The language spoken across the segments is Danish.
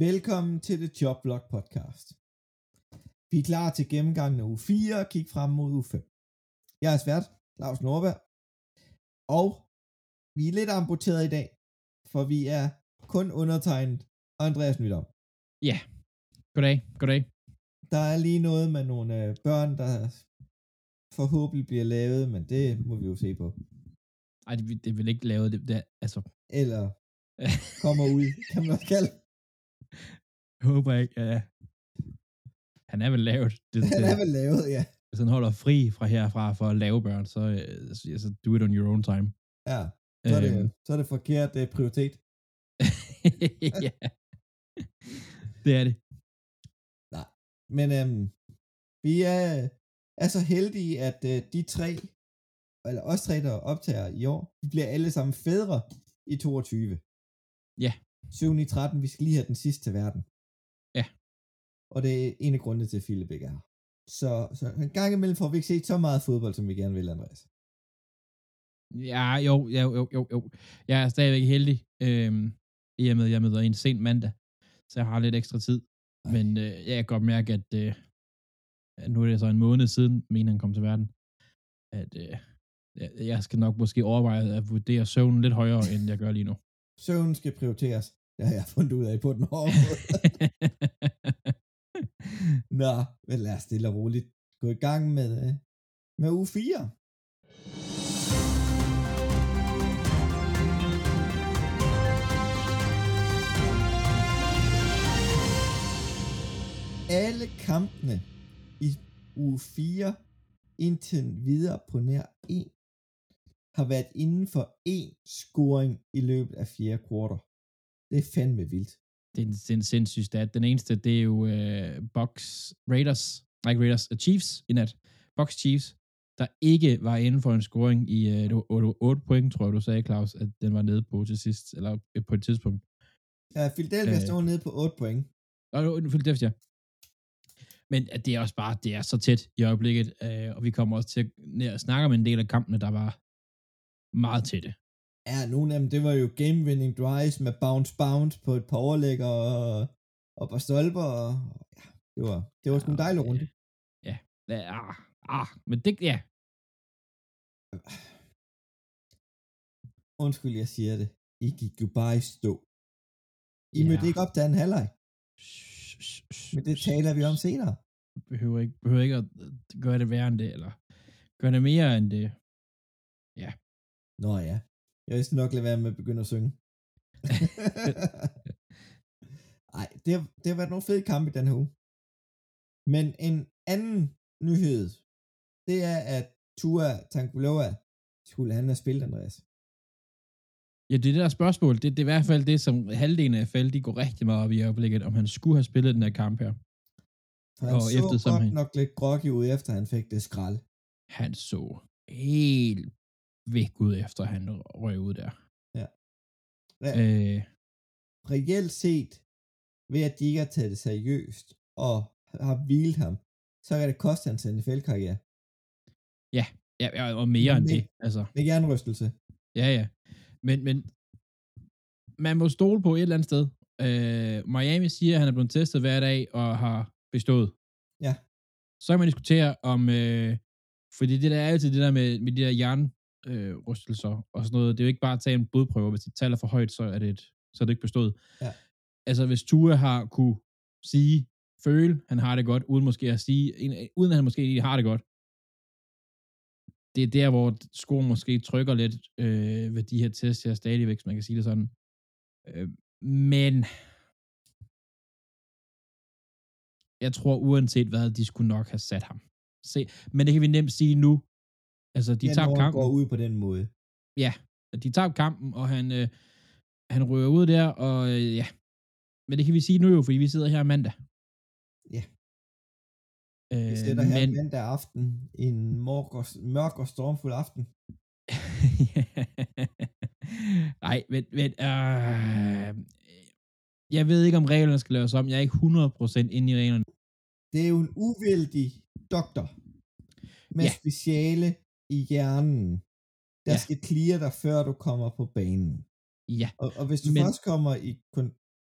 Velkommen til The Joblog Podcast. Vi er klar til gennemgangen af uge 4 og kigge frem mod uge 5. Jeg er svært, Claus Nordberg, og vi er lidt amputeret i dag, for vi er kun undertegnet og Andreas Nydam. Ja, goddag. Der er lige noget med nogle børn, der forhåbentlig bliver lavet, men det må vi jo se på. Ej, det vil ikke lave det der, altså. Eller kommer ud, kan man også kalde. Jeg håber ikke, ja. Han er vel lavet. Han er vel lavet, ja. Hvis han holder fri fra herfra for at lave børn, så do it on your own time. Ja, så er det forkert prioritet. Ja, det er det. Nej, men vi er så heldige, at de tre, eller os tre, der optager i år, vi bliver alle sammen fædre i 22. Ja. 7-13, vi skal lige have den sidste til verden. Ja. Og det er en af grundene til, at Philip ikke er her. Så en gang imellem får vi ikke set så meget fodbold, som vi gerne vil, Andreas. Ja, jo. Jeg er stadigvæk heldig. I og med, jeg møder en sen mandag, så jeg har lidt ekstra tid. Ej. Men jeg kan godt mærke, at nu er det så en måned siden, han kom til verden, at jeg skal nok måske overveje at vurdere søvnen lidt højere, end jeg gør lige nu. Søvnen skal prioriteres. Det har jeg fundet ud af på den hårde måde. Nå, men lad os stille og roligt gå i gang med uge 4. Alle kampene i uge 4 indtil videre på nær 1 har været inden for 1 scoring i løbet af 4 kvarter. Det er fandme vildt. Det er en sindssyg stat. Den eneste, det er jo Chiefs i nat. Bucks Chiefs, der ikke var inden for en scoring i 8 point, tror jeg, du sagde, Claus, at den var nede på til sidst, eller på et tidspunkt. Ja, Philadelphia står nede på 8 point. Philadelphia. Men det er også bare, det er så tæt i øjeblikket, og vi kommer også til at snakke om en del af kampene, der var meget tætte. Ja, nogle af dem, det var jo game-winning drives med bounce på et par overlægger og par stolper. Og, ja, det var sgu en dejlig runde. Ja. Men det, ja. Undskyld, jeg siger det. I gik jo bare i stå. I mødte ikke op til anden halvleg. Men det taler vi om senere. Behøver ikke at gøre det værre end det, eller gøre det mere end det. Ja. Nå ja. Jeg vil nok lade være med at begynde at synge. Ej, det har været nogle fede kampe i den her uge. Men en anden nyhed, det er, at Tua Tagovailoa skulle han have spillet, Andreas. Ja, det er det der spørgsmål. Det er i hvert fald det, som halvdelen af NFL, de går rigtig meget op i øjeblikket, om han skulle have spillet den her kamp her. For han så godt nok lidt groggy ud, efter han fik det skrald. Han så helt væk ud, efter han røg ud der. Ja. Reelt set, ved at de ikke har taget det seriøst, og har hvilet ham, så kan det koste hans NFL-karriere. Ja, og mere end det. Altså. Med hjernerystelse. Ja. Men man må stole på et eller andet sted. Miami siger, at han er blevet testet hver dag og har bestået. Ja. Så kan man diskutere om, fordi det der er jo til det der med de der hjernerystelser og sådan noget, det er jo ikke bare at tage en blodprøve. Hvis det taler for højt, så er det ikke bestået. Ja. Altså hvis Tua har kunne føle, han har det godt, uden måske at sige, uden at han måske har det godt, det er der, hvor skoen måske trykker lidt ved de her tests her stadigvæk, hvis man kan sige det sådan. Men jeg tror uanset hvad, de skulle nok have sat ham. Men det kan vi nemt sige nu. Altså, de tabte kampen. Går ud på den måde. Ja, de tabte kampen, og han rører ud der, og ja. Men det kan vi sige nu jo, fordi vi sidder her mandag. Ja. Vi sidder her mandag aften, en mørk og stormfuld aften. Nej, men jeg ved ikke, om reglerne skal laves om. Jeg er ikke 100% inde i reglerne. Det er jo en uvildig doktor med speciale i hjernen, der skal clear dig, før du kommer på banen. Ja. Og hvis du først kommer i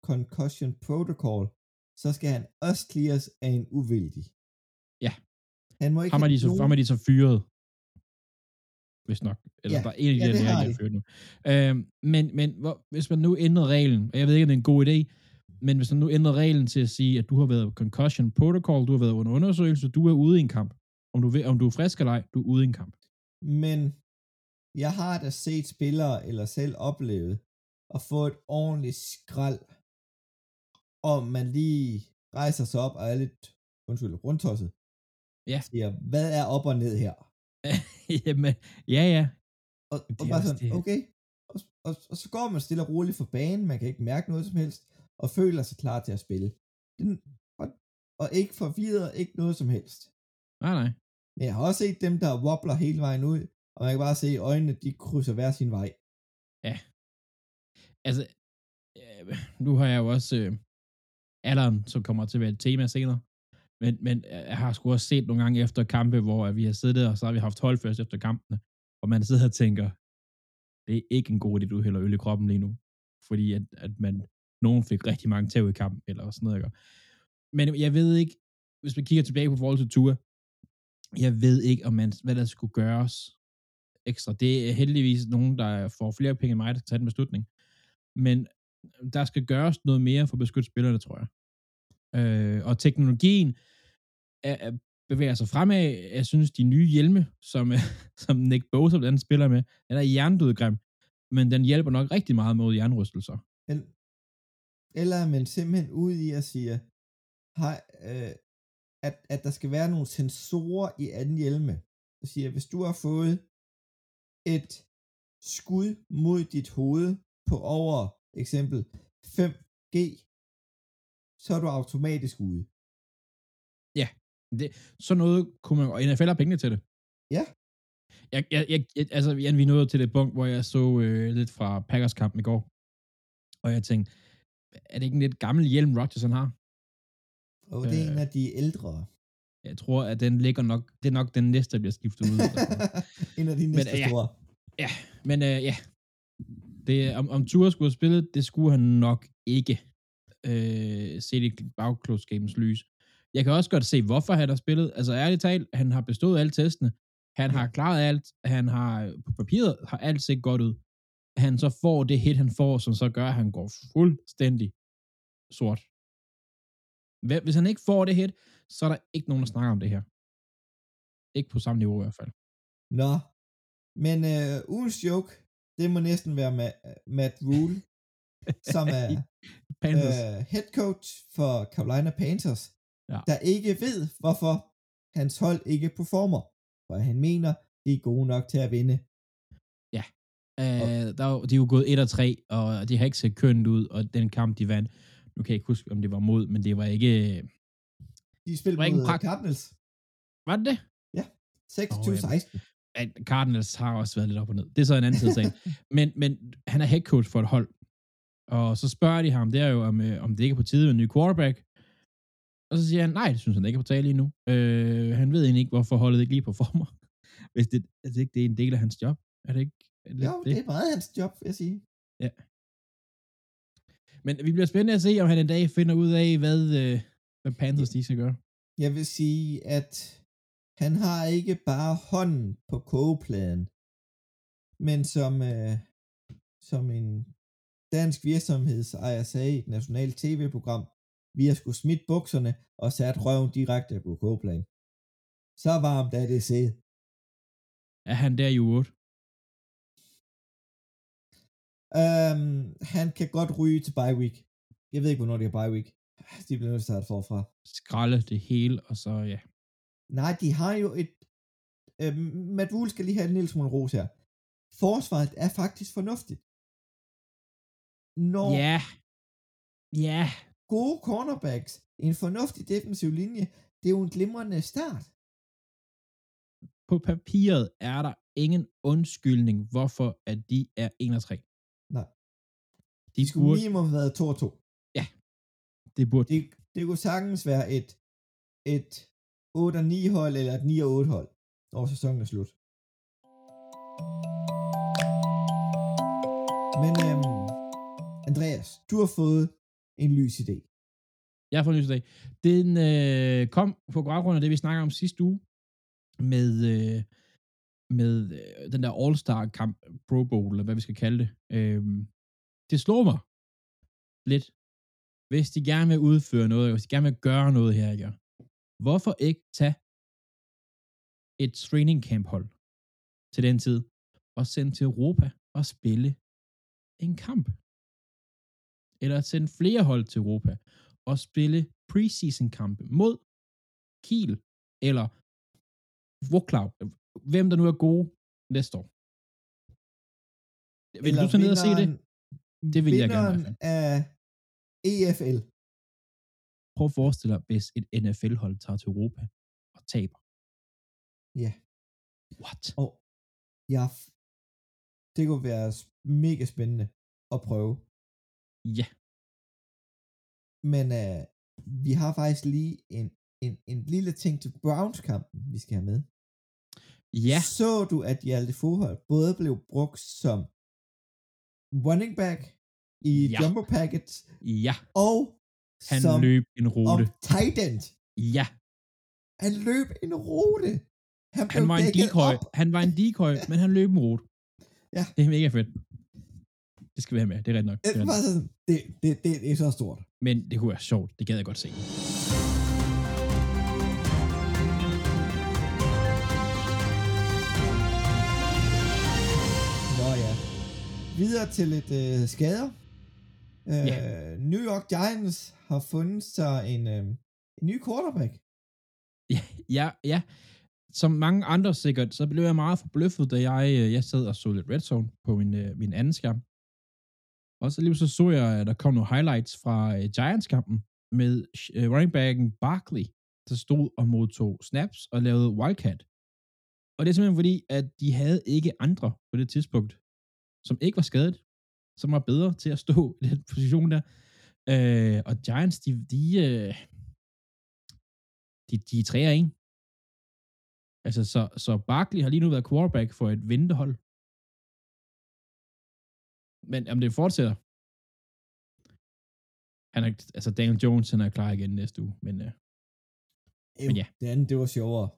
concussion protocol, så skal han også clears af en uvildig. Ja. Han må ikke Ham er de så fyret. Hvis nok. Eller Ja, der er en af de ja, der det lærer, har de de. har fyret nu. Men hvis man nu ændrer reglen, og jeg ved ikke, om det er en god idé, men hvis man nu ændrer reglen til at sige, at du har været concussion protocol, du har været under undersøgelse, du er ude i en kamp. Om du er frisk eller ej, du er ude i en kamp. Men jeg har da set spillere eller selv oplevet at få et ordentligt skrald, og man lige rejser sig op og er lidt, rundtosset. Ja. Siger, hvad er op og ned her? Jamen, ja. Og bare sådan, okay. Og så går man stille og roligt for banen, man kan ikke mærke noget som helst, og føler sig klar til at spille. Og ikke forvirret, ikke noget som helst. Nej. Men jeg har også set dem, der wobbler hele vejen ud, og man kan bare se øjnene, de krydser hver sin vej. Ja. Altså, nu har jeg jo også alderen, som kommer til at være et tema senere. Men jeg har sgu også set nogle gange efter kampe, hvor vi har siddet, og så har vi haft holdførst efter kampene, og man sidder og tænker, det er ikke en god idé, du hælder øl i kroppen lige nu. Fordi at nogen fik rigtig mange tæv i kampen, eller sådan noget. Ikke? Men jeg ved ikke, hvis man kigger tilbage på forhold til Tua, jeg ved ikke, hvad der skulle gøres ekstra. Det er heldigvis nogen, der får flere penge end mig, der kan tage den beslutning. Men der skal gøres noget mere for at beskytte spillerne, tror jeg. Og teknologien bevæger sig fremad. Jeg synes, de nye hjelme, som Nick Bosa blandt andet spiller med, den er hjernedød grim, men den hjælper nok rigtig meget mod hjernerystelser. Eller er man simpelthen ude i at sige, at der skal være nogle sensorer i anden hjelme, der siger, hvis du har fået et skud mod dit hoved på over eksempel 5G, så er du automatisk ude. Ja, så noget kunne man, og NFL har pengene til det. Ja. Altså, vi nåede til det punkt, hvor jeg så lidt fra Packers-kampen i går, og jeg tænkte, er det ikke en lidt gammel hjelm, Rodgers han har? Og det er en af de ældre. Jeg tror, at den ligger nok, det er nok den næste, der bliver skiftet ud. En af de næste store. Ja, men ja. Det, om Tua skulle have spillet, det skulle han nok ikke se det bagklodskabens lys. Jeg kan også godt se, hvorfor han har spillet. Altså ærligt talt, han har bestået alle testene. Han har klaret alt. Han har på papiret har alt set godt ud. Han så får det hit, han får, som så gør, at han går fuldstændig sort. Hvis han ikke får det hit, så er der ikke nogen, der snakker om det her. Ikke på samme niveau i hvert fald. Nå, men ugens joke, det må næsten være Matt Rule, som er head coach for Carolina Panthers, der ikke ved, hvorfor hans hold ikke performer, for han mener, de er gode nok til at vinde. Ja, de er jo gået 1-3, og de har ikke set kønt ud, og den kamp, de vandt, nu kan jeg ikke huske, om det var mod, men det var ikke... De spillede mod Cardinals. Var det det? Ja, 26-16. Cardinals har også været lidt op og ned. Det er så en anden sag. men han er head coach for et hold. Og så spørger de ham, det er jo, om det ikke er på tide med en ny quarterback. Og så siger han, nej, det synes han ikke er på tale lige nu. Han ved egentlig ikke, hvorfor holdet ikke lige performer. Hvis det ikke det er en del af hans job. Er det ikke? Jo, det er meget hans job, vil jeg sige. Ja. Men vi bliver spændende at se, om han en dag finder ud af, hvad Panthers de skal gøre. Jeg vil sige, at han har ikke bare hånden på kogepladen, men som en dansk virksomhedsejer sagde i et nationalt tv-program, vi har sgu smidt bukserne og sat røven direkte på kogepladen. Så varmt er det set. Er han der i uge 8? Han kan godt ryge til bye week. Jeg ved ikke, hvornår det er bye week. De bliver nødt til at starte forfra. Skralde det hele, og så ja. Nej, de har jo et... Matt Rule skal lige have en lille smule ros her. Forsvaret er faktisk fornuftigt. Når gode cornerbacks, en fornuftig defensiv linje, det er jo en glimrende start. På papiret er der ingen undskyldning, hvorfor at de er 1-3. Nej. De skulle minimum have været 2-2. Ja, det burde. Det kunne sagtens være et 8-9 hold, eller et 9-8 hold, når sæsonen er slut. Men Andreas, du har fået en lys idé. Jeg får en lys i dag. Den kom på baggrund af det, vi snakker om sidste uge, med den der All-Star-kamp, Pro Bowl, eller hvad vi skal kalde det. Det slår mig lidt, hvis de gerne vil udføre noget, hvis de gerne vil gøre noget her, ikke? Hvorfor ikke tage et training camp hold til den tid, og sende til Europa og spille en kamp? Eller sende flere hold til Europa og spille preseason kampe mod Kiel eller Wroclaw, hvem der nu er gode næste år. Vil du tage ned og se det? Det vil jeg gerne i hvert fald. Af EFL. Prøv at forestille dig, hvis et NFL-hold tager til Europa og taber. Ja. What? Og ja, det kunne være mega spændende at prøve. Ja. Men vi har faktisk lige en lille ting til Browns-kampen, vi skal have med. Ja. Så du, at Hjalte Fodhold både blev brugt som running back i jumbo packets, ja, og han som løb en rute. Tight end. Ja. Han løb en rute. Han var en decoy. Han var en decoy, men han løb en rute. Ja. Det er mega fedt. Det skal vi have med. Det er rigtigt nok. Det er så stort. Men det kunne være sjovt. Det gad jeg godt se. Nå ja. Videre til lidt skader. New York Giants har fundet sig en ny quarterback. Ja. Som mange andre sikkert, så blev jeg meget forbløffet, da jeg sad og så lidt Red Zone på min anden skærm. Og så lige så jeg, at der kom nogle highlights fra Giants-kampen med running backen Barkley, der stod og modtog snaps og lavede wildcat. Og det er simpelthen fordi, at de havde ikke andre på det tidspunkt, som ikke var skadet, som var bedre til at stå i den position der. Og Giants, de er 3-1. Altså, så Barkley har lige nu været quarterback for et ventehold. Men om det fortsætter. Daniel Jones, han er klar igen næste uge. Men ja. Det andet, det var sjovere.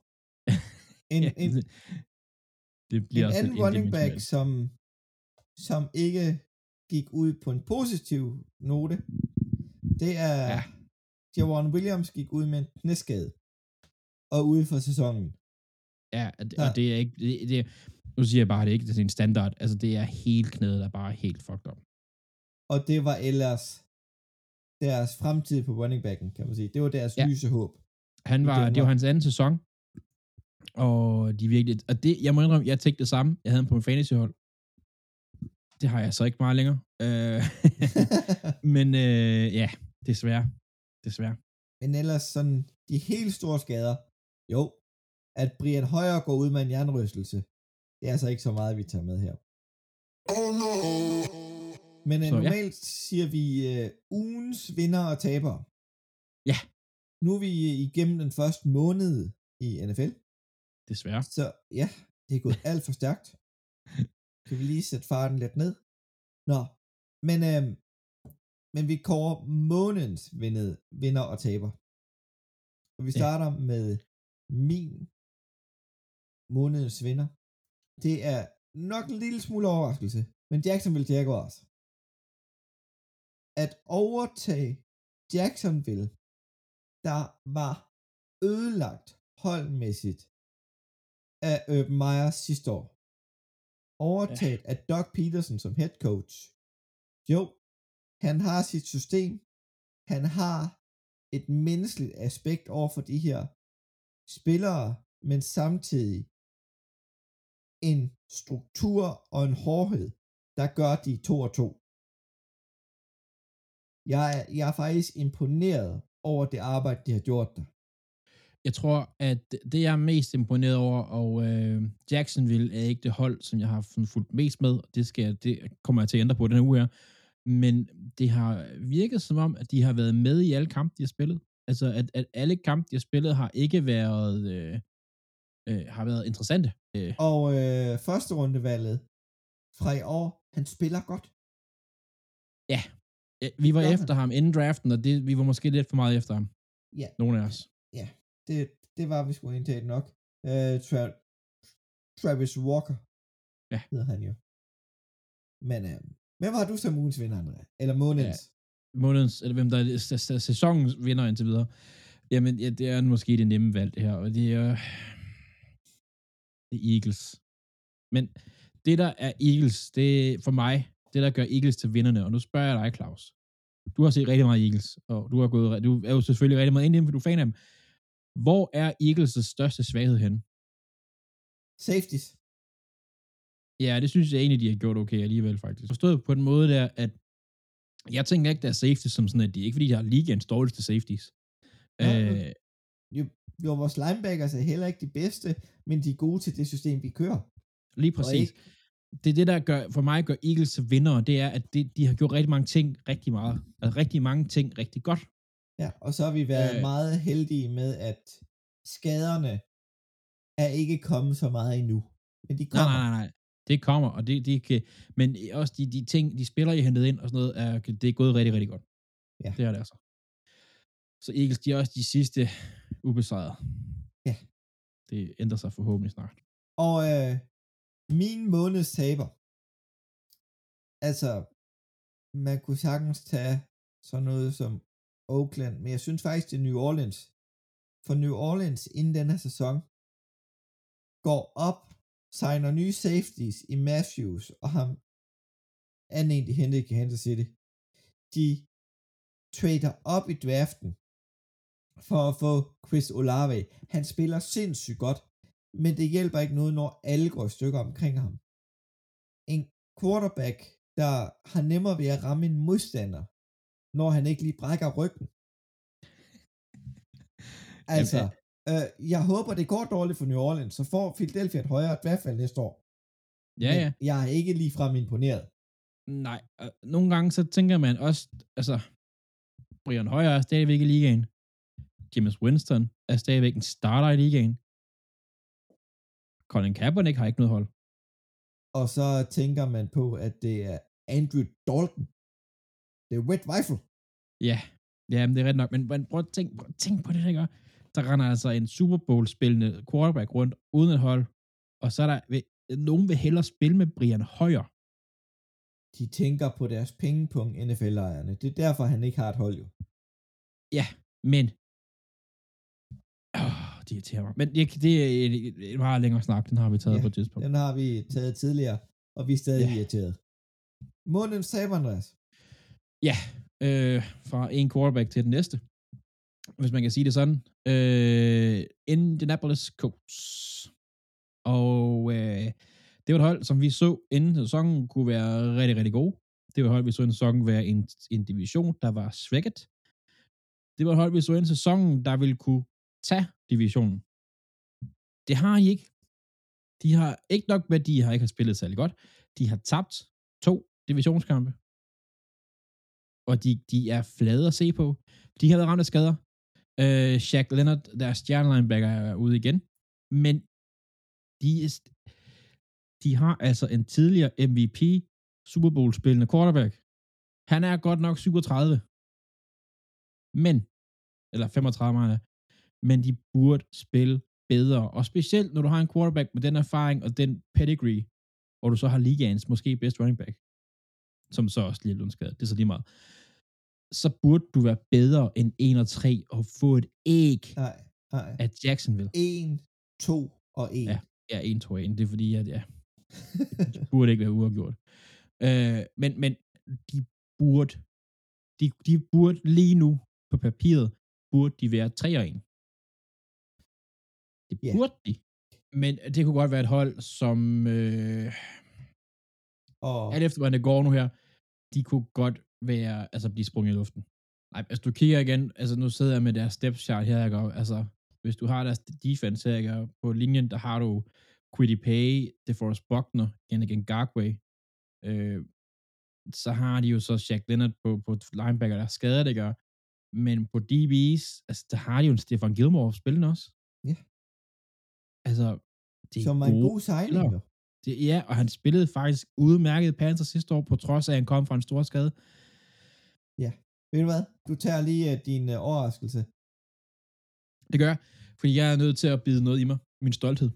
Det bliver en også anden running back, som ikke gik ud på en positiv note, det er Javon Williams gik ud med en knæskade og ude for sæsonen. Ja, og det er ikke nu siger jeg bare, det er ikke det er en standard. Altså, det er hele knæet, der er bare helt fucked up. Og det var ellers deres fremtid på running backen, kan man sige. Det var deres lyse håb. Det var hans anden sæson. Og de virkelig, og det, jeg må indrømme, jeg tænkte det samme. Jeg havde ham på min fantasyhold. Det har jeg så ikke meget længere. Men ja, desværre. Men ellers sådan, de helt store skader, jo, at Brian Hoyer går ud med en hjernerystelse, det er altså ikke så meget, vi tager med her. Men normalt siger vi ugens vinder og taber. Ja. Nu er vi igennem den første måned i NFL. Desværre. Så ja, det er gået alt for stærkt. Kan vi lige sætte farten lidt ned? Nå, men vi kårer månedens vinder og taber. Og vi starter med min månedens vinder. Det er nok en lille smule overraskelse, men Jacksonville Jaguars. At overtage Jacksonville, der var ødelagt holdmæssigt af Urban Meyer sidste år. Overtaget af Doug Peterson som head coach. Jo, han har sit system. Han har et menneskeligt aspekt over for de her spillere, men samtidig en struktur og en hårdhed, der gør de 2-2. Jeg er faktisk imponeret over det arbejde, de har gjort der. Jeg tror, at det jeg er mest imponeret over, og Jacksonville er ikke det hold, som jeg har fulgt mest med, og det kommer jeg til at ændre på den her uge her, men det har virket som om, at de har været med i alle kampe, de har spillet. Altså, at alle kampe, de har spillet, har ikke været interessante. Og første rundevalget fra i år, han spiller godt. Ja, Ja, vi var Gør efter han. ham inden draften, og vi var måske lidt for meget efter ham. Ja. Nogle af os. Ja, det var vi sgu indtaget nok. Travis Walker. Ja. Hedder han jo. Men hvem har du som ugens vinder, André? Eller månedens? Ja. Månedens, eller hvem der er sæsonens vinder indtil videre. Jamen, ja, det er måske det nemme valg, det her, og det er Eagles. Men det, der er Eagles, det er for mig, det der gør Eagles til vinderne, og nu spørger jeg dig, Claus. Du har set rigtig meget Eagles, og du er jo selvfølgelig rigtig meget inde i dem, for du er fan af dem. Hvor er Eagles' største svaghed henne? Safeties. Ja, det synes jeg egentlig, de har gjort okay alligevel, faktisk. Forstået på den måde der, at jeg tænker ikke, der er safeties som sådan, at de ikke, fordi de har ligaens dårligste safeties. Jo, vores linebackers er heller ikke de bedste, men de er gode til det system, vi kører. Lige præcis. Det er det, der for mig gør Eagles til vindere, det er, at de har gjort rigtig mange ting rigtig meget. Altså rigtig mange ting rigtig godt. Ja, og så har vi været meget heldige med, at skaderne er ikke kommet så meget endnu. Men de kommer. Nej. Det kommer, og det kan, men også de ting, de spiller, I hentet ind og sådan noget, det er gået rigtig, rigtig godt. Ja. Det er det altså. Så Eagles, de er også de sidste ubesejrede. Ja. Det ændrer sig forhåbentlig snart. Og min måneds taber. Altså, man kunne sagtens tage sådan noget som Oakland, men jeg synes faktisk, det er New Orleans. For New Orleans inden den her sæson går op, signer nye safeties i Matthews og ham anden en, de hentede i Kansas City. De trader op i draften for at få Chris Olave. Han spiller sindssygt godt, men det hjælper ikke noget, når alle går i stykker omkring ham. En quarterback, der har nemmere ved at ramme en modstander, når han ikke lige brækker ryggen. Altså, jeg håber, det går dårligt for New Orleans, så får Philadelphia et højere draftvalg næste år. Ja. Jeg er ikke ligefrem imponeret. Nej, nogle gange så tænker man også, altså, Brian Hoyer er stadigvæk i ligaen. James Winston er stadigvæk en starter i ligaen. Colin Kaepernick har ikke noget hold. Og så tænker man på, at det er Andrew Dalton. Det er Red Rifle. Ja, men det er ret nok. Men prøv at tænk på det, der gør. Der render altså en Super Bowl-spillende quarterback rundt uden et hold. Og så er der nogen vil hellere spille med Brian Hoyer. De tænker på deres pengepunkt, NFL-ejerne. Det er derfor, han ikke har et hold, jo. Ja, men det irriterer mig. Men det er en meget længere snak, den har vi taget på et tidspunkt. Den har vi taget tidligere, og vi er stadig irriteret. Månedens taber, Andreas. Ja, fra en quarterback til den næste. Hvis man kan sige det sådan. Indianapolis Colts. Og det var et hold, som vi så inden sæsonen kunne være rigtig, rigtig gode. Det var et hold, vi så inden sæsonen være en division, der var svækket. Det var et hold, vi så inden sæsonen, der ville kunne tage divisionen. Det har I ikke. De har ikke nok med, de har ikke har spillet særlig godt. De har tabt 2 divisionskampe. Og de er flade at se på. De har været ramt af skader. Shaq Leonard, deres stjernelinebacker, er ude igen. Men de har altså en tidligere MVP Super Bowl spillende quarterback. Han er godt nok 37. Men, eller 35 mener jeg. Men de burde spille bedre. Og specielt, når du har en quarterback med den erfaring og den pedigree, hvor du så har ligaens måske bedst running back, som så også lige er blevet skadet. Det er så lige meget. Så burde du være bedre end 1-3 og få et æg af Jacksonville. 1, 2 og 1. Ja, 1, 2 og 1. Det er fordi, at det burde ikke være uafgjort. Men de burde lige nu på papiret, burde de være 3 og 1. Det burde de. Men det kunne godt være et hold, som alt efter hvordan det går nu her, de kunne godt være, altså blive sprunget i luften. Nej, altså du kigger igen, altså nu sidder jeg med deres step chart her, ikke? Altså hvis du har deres defense her, ikke? På linjen, der har du Kwity Paye, DeForest Buckner, Yannick Ngakoue, så har de jo så Shaq Leonard på linebacker, der er skadet, ikke? Men på DB's, altså der har de jo en Stefan Gilmore spillende også. Ja. Altså, det er som er en god signing, jo. Ja, og han spillede faktisk udmærket Panthers sidste år, på trods af, at han kom fra en stor skade. Ved du hvad? Du tager lige din overraskelse. Det gør jeg, fordi jeg er nødt til at bide noget i mig. Min stolthed.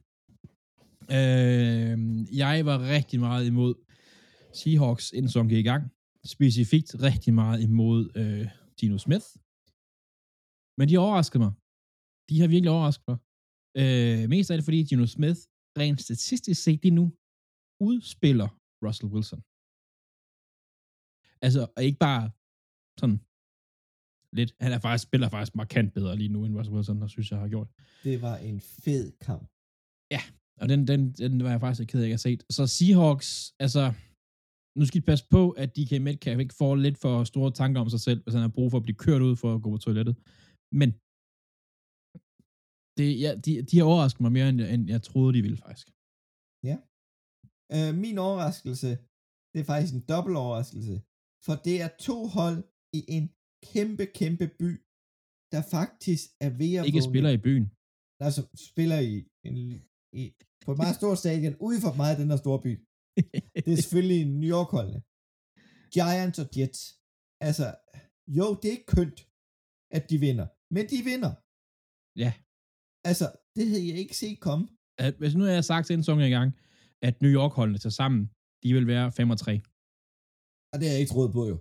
Jeg var rigtig meget imod Seahawks, inden sæsonen gik i gang. Specifikt rigtig meget imod Geno Smith. Men de overraskede mig. De har virkelig overrasket mig. Mest af det, fordi Geno Smith rent statistisk set lige nu udspiller Russell Wilson. Altså, og ikke bare sådan lidt. Han spiller faktisk markant bedre lige nu, end Russell Wilson, der synes jeg har gjort. Det var en fed kamp. Ja, og den var jeg faktisk ked af, at jeg har set. Så Seahawks, altså, nu skal I passe på, at DK Metcalf ikke får lidt for store tanker om sig selv, hvis han har brug for at blive kørt ud for at gå på toilettet. Men de har overrasket mig mere, end jeg troede, de ville faktisk. Ja. Min overraskelse, det er faktisk en dobbelt overraskelse, for det er 2 hold i en kæmpe, kæmpe by, der faktisk er ved at ikke spiller i byen. Altså spiller på et meget stort stadion, ude for mig den her store by. Det er selvfølgelig New York-holdene. Giants og Jets. Altså, jo, det er ikke kønt, at de vinder, men de vinder. Ja. Altså, det havde jeg ikke set komme. Hvis nu har jeg sagt til en sæson i gang, at New York-holdene til sammen, de vil være 5-3. Og det har jeg ikke troet på, jo.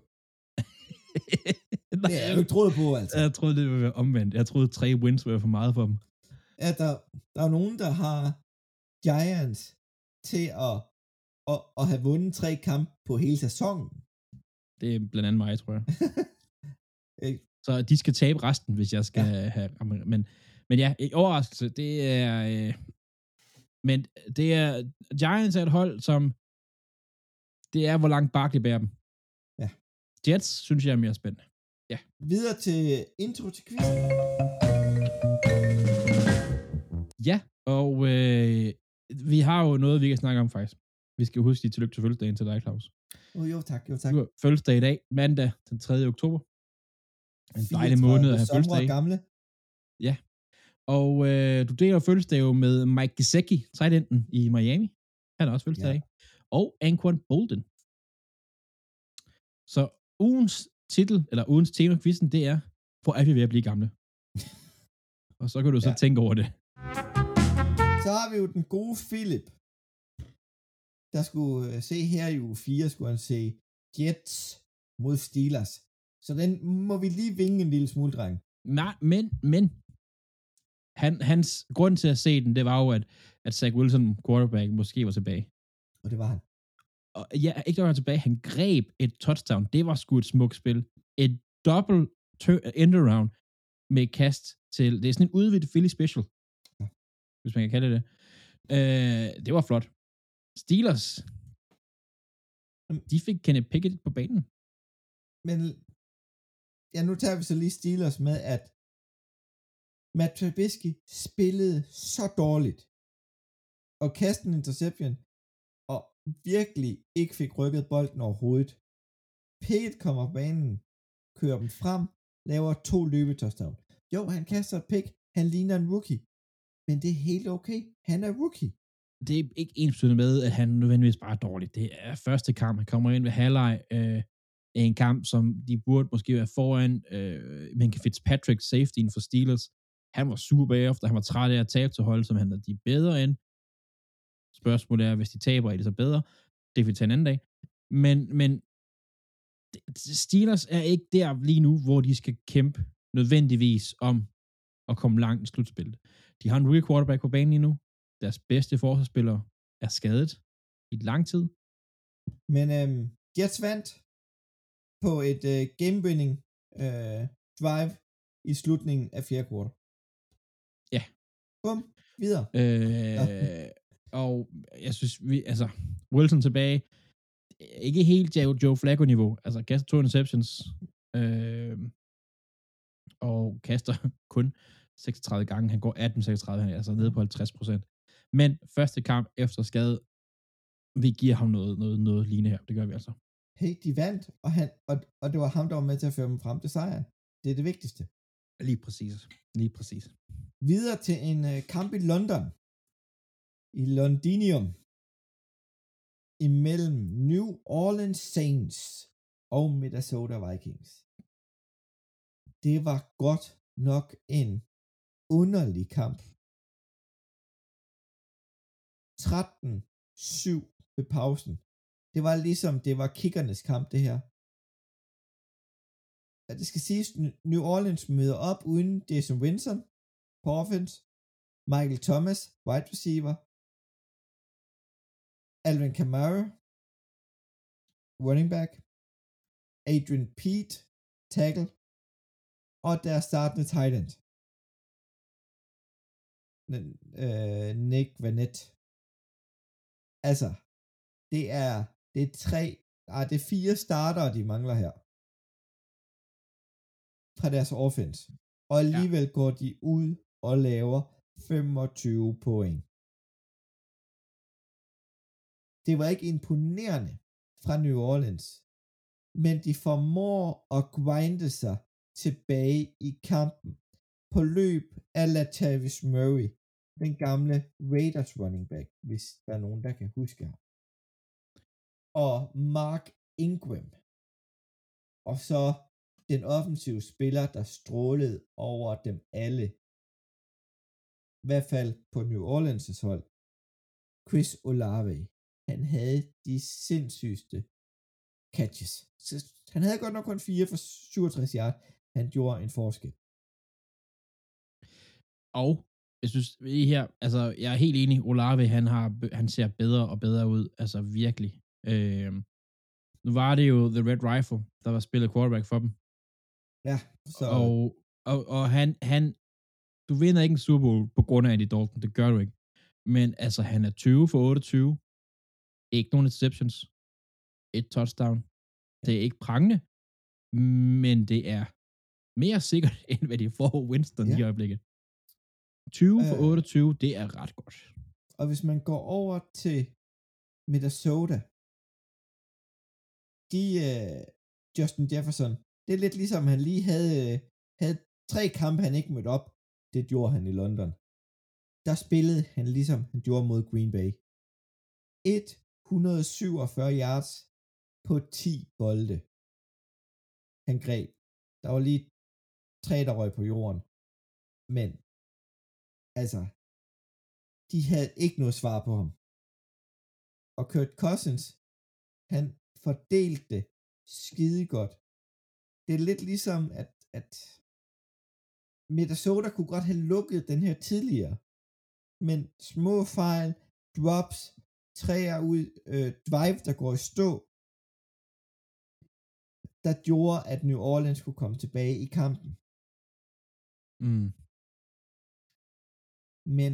Det har jeg jo ikke troet på, altså. Jeg troede, det ville være omvendt. Jeg troede, 3 wins ville være for meget for dem. Ja, der er nogen, der har Giants til at have vundet 3 kampe på hele sæsonen. Det er blandt andet mig, tror jeg. Så de skal tabe resten, hvis jeg skal have... Men ja, en overraskelse, det er... men det er... Giants er et hold, som... Det er, hvor langt Barkley bærer dem. Ja. Jets, synes jeg, er mere spændende. Ja. Videre til intro til quizzen. Ja, og vi har jo noget, vi kan snakke om faktisk. Vi skal huske de tillykke til fødselsdagen til dig, Claus. Jo tak. Du har fødselsdag i dag, mandag den 3. oktober. En dejlig måned at have fødselsdag. Gamle. Ja. Og du deler fødselsdag jo med Mike Gesicki, tight enden i Miami. Han har også fødselsdag. Ja. Og Anquan Boldin. Så ugens titel, eller ugens tema quizzen, det er, hvor er vi ved at blive gamle? Og så kan du så tænke over det. Så har vi jo den gode Philip. Der skulle se her i uge 4, skulle han se Jets mod Steelers. Så den må vi lige vinge en lille smule, dreng. Nej, men hans grund til at se den, det var jo, at Zach Wilson, quarterback, måske var tilbage. Og det var han. Og ja, ikke der var tilbage. Han greb et touchdown. Det var sgu et smukt spil. Et double end-around med kast til... Det er sådan en udvidet Philly special. Ja. Hvis man kan kalde det. Det var flot. Steelers. De fik Kenny Pickett på banen. Men... Ja, nu tager vi så lige Steelers med, at Matt Trubisky spillede så dårligt. Og kastede en interception. Og virkelig ikke fik rykket bolden overhovedet. Pickett kommer på banen, kører dem frem, laver 2 løbetouchdown. Jo, han kaster et pick, han ligner en rookie, men det er helt okay, han er rookie. Det er ikke ensbetydende med, at han nødvendigvis bare er dårlig. Det er første kamp, han kommer ind ved halvleg af en kamp, som de burde måske være foran, men Fitzpatrick, safetyen for Steelers, han var super bagefter, han var træt af at tabe til hold, som han er de bedre end. Spørgsmålet er, hvis de taber, er det så bedre? Det vil vi tage en anden dag. Men Steelers er ikke der lige nu, hvor de skal kæmpe nødvendigvis om at komme langt i slutspillet. De har en rookie quarterback på banen lige nu. Deres bedste forsvarsspiller er skadet i lang tid. Men Jets vandt på et game-winning drive i slutningen af 4. kvartal. Ja. Bum, videre. Og jeg synes, Wilson tilbage, ikke helt Joe Flacco-niveau. Altså, kaster 2 interceptions, og kaster kun 36 gange. Han går 18-36, han er altså nede på 50%. Men første kamp efter skade, vi giver ham noget lignende her. Det gør vi altså. Hey, de vandt, og det var ham, der var med til at føre dem frem til sejren. Det er det vigtigste. Lige præcis. Videre til en kamp i London. I Londinium. Imellem New Orleans Saints og Minnesota Vikings. det var godt nok en underlig kamp. 13-7 ved pausen. Det var ligesom, det var kickernes kamp, det her. At det skal siges, New Orleans møder op uden Jason Winston på offense, Michael Thomas, wide receiver, Alvin Kamara, running back, Adrian Peete, tackle, og der startende tight end, Nick Vanette. Altså, det er 4 starter, de mangler her fra deres offense. Og alligevel går de ud og laver 25 point. Det var ikke imponerende fra New Orleans, men de formår at grinde sig tilbage i kampen på løb af Latavius Murray, den gamle Raiders running back, hvis der er nogen, der kan huske ham. Og Mark Ingram. Og så den offensive spiller, der strålede over dem alle. I hvert fald på New Orleans' hold. Chris Olave. Han havde de sindssygste catches. Så han havde godt nok kun 4 for 67 yards. Han gjorde en forskel. Og jeg synes, her, altså, jeg er helt enig, Olave, han ser bedre og bedre ud, altså virkelig. Nu var det jo The Red Rifle, der var spillet quarterback for dem. Ja, så... Og han, du vinder ikke en Super Bowl på grund af Andy Dalton, det gør du ikke. Men altså, han er 20 for 28, ikke nogen interceptions, et touchdown. Det er ikke prangende, men det er mere sikkert, end hvad de får Winston i øjeblikket. 20 for 28, det er ret godt. Og hvis man går over til Minnesota, Justin Jefferson, det er lidt ligesom, han lige havde 3 kampe, han ikke mødte op. Det gjorde han i London. Der spillede han ligesom han gjorde mod Green Bay. 147 yards på 10 bolde. Han greb. Der var lige 3, der røg på jorden. Men, altså, de havde ikke noget svar på ham. Og Kirk Cousins, han fordelte det skide godt. Det er lidt ligesom, at Minnesota kunne godt have lukket den her tidligere. Men små fejl, drops, træer ud, drive, der går i stå, der gjorde, at New Orleans kunne komme tilbage i kampen. Men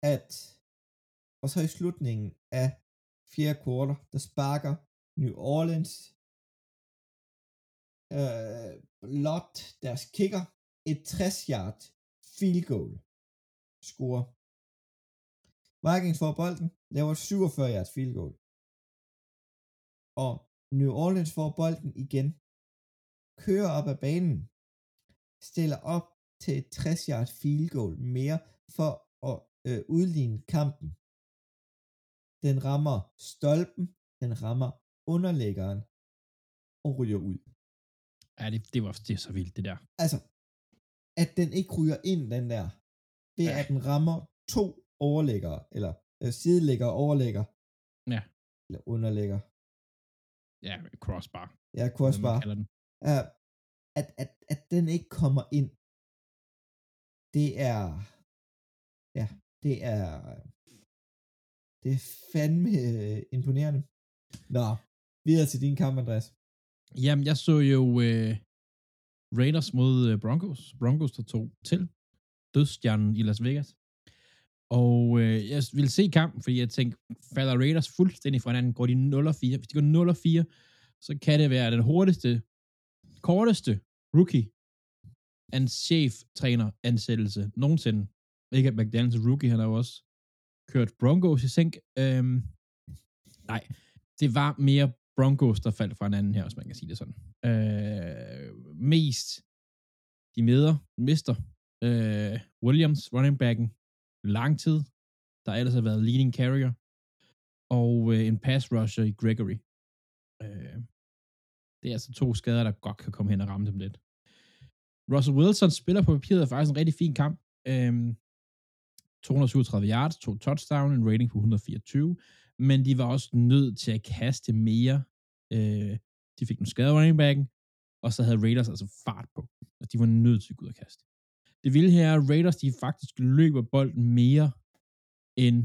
og så i slutningen af 4. kvartal, der sparker New Orleans Lott, deres kicker, et 60-yard field goal score. Vikings får bolden, laver 47 yards field goal. Og New Orleans får bolden igen, kører op ad banen, stiller op til et 60 yards field goal mere for at udligne kampen. Den rammer stolpen, den rammer underlæggeren og ryger ud. Ja, det er så vildt, det der. Altså, at den ikke ryger ind, den der, det er, at den rammer 2 overlæggere, eller sidelægger og overlægger. Ja. Eller underlægger. Ja, crossbar. Ja, crossbar. At den ikke kommer ind, det er fandme imponerende. Nå, videre til din kamp, Andreas. Jamen, jeg så jo Raiders mod Broncos. Broncos, der tog til dødsstjernen i Las Vegas. Og jeg ville se kampen, fordi jeg tænkte, falder Raiders fuldstændig fra hinanden, går de 0-4. Hvis de går 0-4, så kan det være den korteste rookie cheftræner ansættelse nogensinde. Ikke at McDaniels rookie, han har jo også kørt Broncos i sænk. Nej, det var mere Broncos, der faldt fra hinanden her, hvis man kan sige det sådan. Mest de mister Williams, running backen, lang tid, der ellers har været leading carrier, og en pass rusher i Gregory. Det er altså 2 skader, der godt kan komme hen og ramme dem lidt. Russell Wilson spiller på papiret faktisk en rigtig fin kamp. 237 yards, 2 touchdown, en rating på 124, men de var også nødt til at kaste mere. De fik nogle skader running backen, og så havde Raiders altså fart på, og de var nødt til at gå ud og kaste. Det vilde her er, at Raiders, de faktisk løber bolden mere end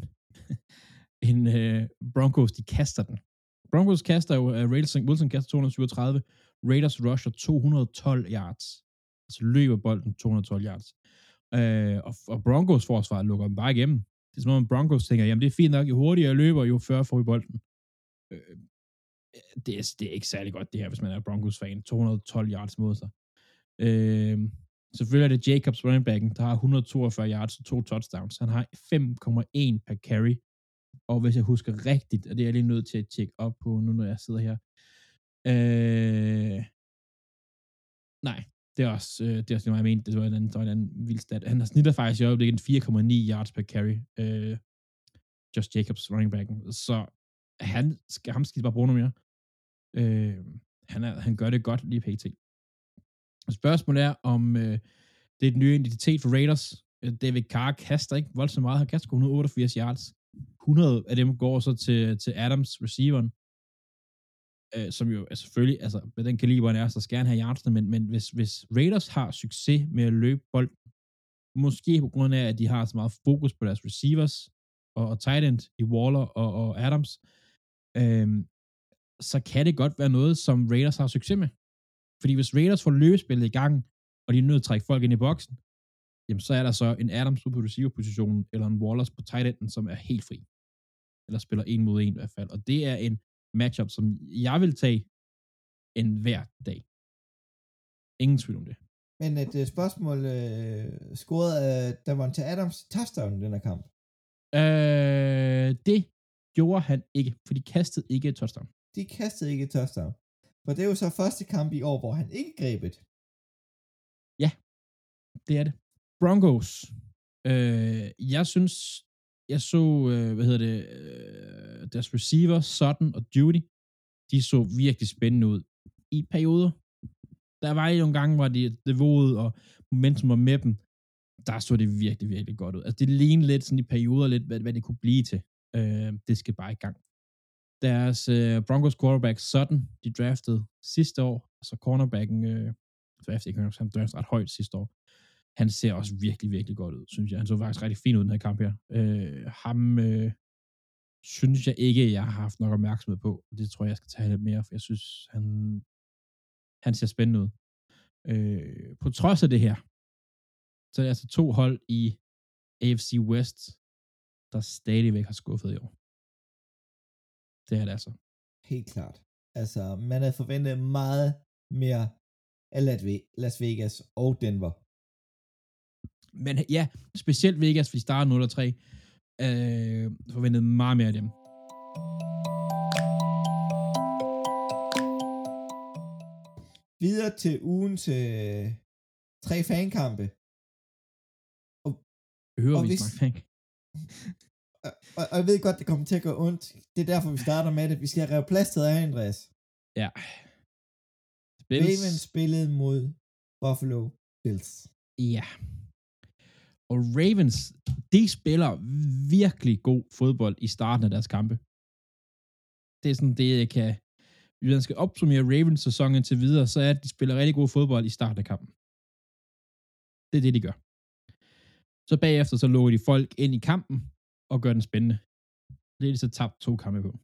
Broncos, de kaster den. Broncos kaster jo, Wilson kaster 237, Raiders rusher 212 yards. Altså løber bolden 212 yards. Og Broncos forsvar lukker dem bare igennem. Det er som om Broncos tænker, jamen det er fint nok, jo hurtigere jeg løber, jo før får vi bolden. Det er ikke særlig godt det her, hvis man er Broncos-fan. 212 yards mod sig. Selvfølgelig er det Jacobs running backen, der har 142 yards og 2 touchdowns. Han har 5,1 per carry. Og hvis jeg husker rigtigt, og det er jeg lige nødt til at tjekke op på nu, når jeg sidder her. Nej, det er også det, jeg mente. Det var en anden vild stat. Han har snittet faktisk i øjeblikket 4,9 yards per carry. Just Jacobs running backen. Så ham skal de bare bruge noget mere. Han gør det godt lige pt. Spørgsmålet er, om det er den nye identitet for Raiders. David Carr kaster ikke voldsomt meget. Han kaster 188 yards. 100 af dem går så til Adams, receiveren, som jo selvfølgelig, altså med den kaliber han er, så skal han have yardsene, men hvis Raiders har succes med at løbe bolden, måske på grund af, at de har så meget fokus på deres receivers og tight end i Waller og Adams, så kan det godt være noget, som Raiders har succes med. Fordi hvis Raiders får løbespillet i gang, og de er nødt til at trække folk ind i boksen, jamen så er der så en Adams ude på receiver-positionen, eller en Wallers på tight enden, som er helt fri. Eller spiller 1 mod 1 i hvert fald. Og det er en matchup, som jeg vil tage en hver dag. Ingen tvivl om det. Men et spørgsmål, scorede Davante Adams touchdown i den her kamp? Det gjorde han ikke, for de kastede ikke et touchdown. De kastede ikke et touchdown. For det er jo så første kamp i år, hvor han ikke greb et. Ja, det er det. Broncos. Jeg synes, jeg så, deres receiver, Sutton og Judy, de så virkelig spændende ud i perioder. Der var nogle gange, hvor det vågede, og momentum var med dem. Der så det virkelig, virkelig godt ud. Altså, det lignede lidt sådan i perioder, lidt, hvad det kunne blive til. Det skal bare i gang. Deres Broncos quarterback, Sutton, de draftede sidste år, altså cornerbacken, han draftede ret højt sidste år. Han ser også virkelig, virkelig godt ud, synes jeg. Han så faktisk rigtig fin ud i den her kamp her. Ham synes jeg ikke, jeg har haft nok opmærksomhed på. Det tror jeg, jeg skal tage lidt mere, for jeg synes, han ser spændende ud. På trods af det her, så er det altså 2 hold i AFC West, der stadigvæk har skuffet i år. Det er det altså. Helt klart. Altså, man havde forventet meget mere af Las Vegas og Denver. Men ja, specielt Vegas, fordi de starter 0-3, forventede meget mere af dem. Videre til ugens 3 fankampe. Hører vi snakke fan? Og jeg ved godt, det kommer til at gå ondt. Det er derfor, vi starter med det. Vi skal have revet plasteret af, Andreas. Ja. Ravens spillede mod Buffalo Bills. Ja. Og Ravens, de spiller virkelig god fodbold i starten af deres kampe. Det er sådan det, jeg kan... Hvis man skal opsummere Ravens sæsonen til videre, så er at de spiller rigtig god fodbold i starten af kampen. Det er det, de gør. Så bagefter, så lukker de folk ind i kampen og gør den spændende. Det er de så tabt 2 kampe på.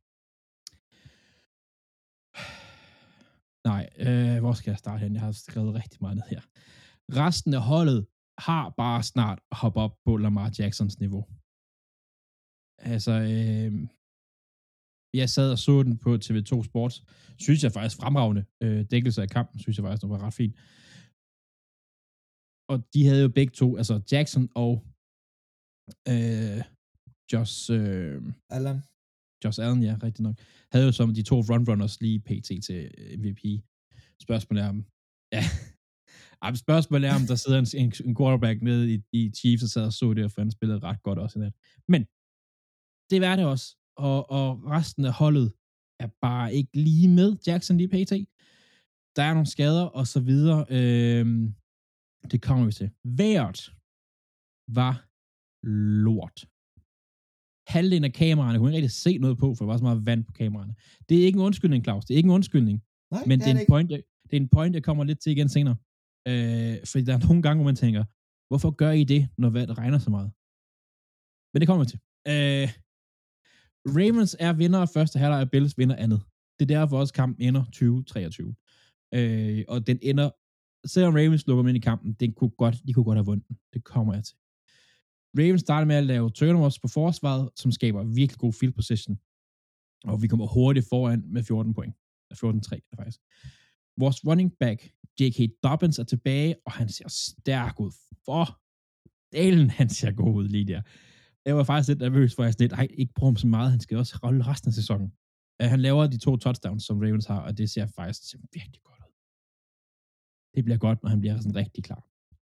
Nej, hvor skal jeg starte hen? Jeg har skrevet rigtig meget ned her. Resten af holdet har bare snart hoppet op på Lamar Jacksons niveau. Altså, jeg sad og så den på TV2 Sports. Synes jeg faktisk fremragende. Dækkelse af kampen, synes jeg faktisk, det var ret fint. Og de havde jo begge to, altså Jackson og Josh Allen, ja, rigtig nok. Havde jo som de 2 frontrunners lige pt. Til MVP. Spørgsmålet er om, ja, spørgsmålet er om, der sidder en quarterback nede i Chiefs, og sad og så det, for han spillede ret godt også i nat. Men, det var det også. Og resten af holdet er bare ikke lige med Jackson lige pt. Der er nogle skader, og så videre. Det kommer vi til. Vejret var lort. Halvdelen af kameraerne kunne ikke rigtig se noget på, for der var så meget vand på kameraerne. Det er ikke en undskyldning, Claus. Det er ikke en undskyldning. Nej, Men det er det ikke. det er en point, jeg kommer lidt til igen senere. Fordi der er nogle gange, hvor man tænker, hvorfor gør I det, når det regner så meget? Men det kommer vi til. Ravens er vinder af første halvleg, og Bills vinder andet. Det er derfor også kampen ender 20-23. Og den ender, selvom Ravens lukker dem ind i kampen, de kunne godt have vundet den. Det kommer jeg til. Ravens starter med at lave turnovers på forsvaret, som skaber virkelig god field position. Og vi kommer hurtigt foran med 14 point. 14-3 faktisk. Vores running back, J.K. Dobbins, er tilbage, og han ser stærk ud. For dalen, han ser god ud lige der. Jeg var faktisk lidt nervøs, for jeg sådan lidt, ikke bruge ham så meget, han skal også holde resten af sæsonen. Han laver de 2 touchdowns, som Ravens har, og det ser faktisk virkelig godt ud. Det bliver godt, når han bliver sådan rigtig klar.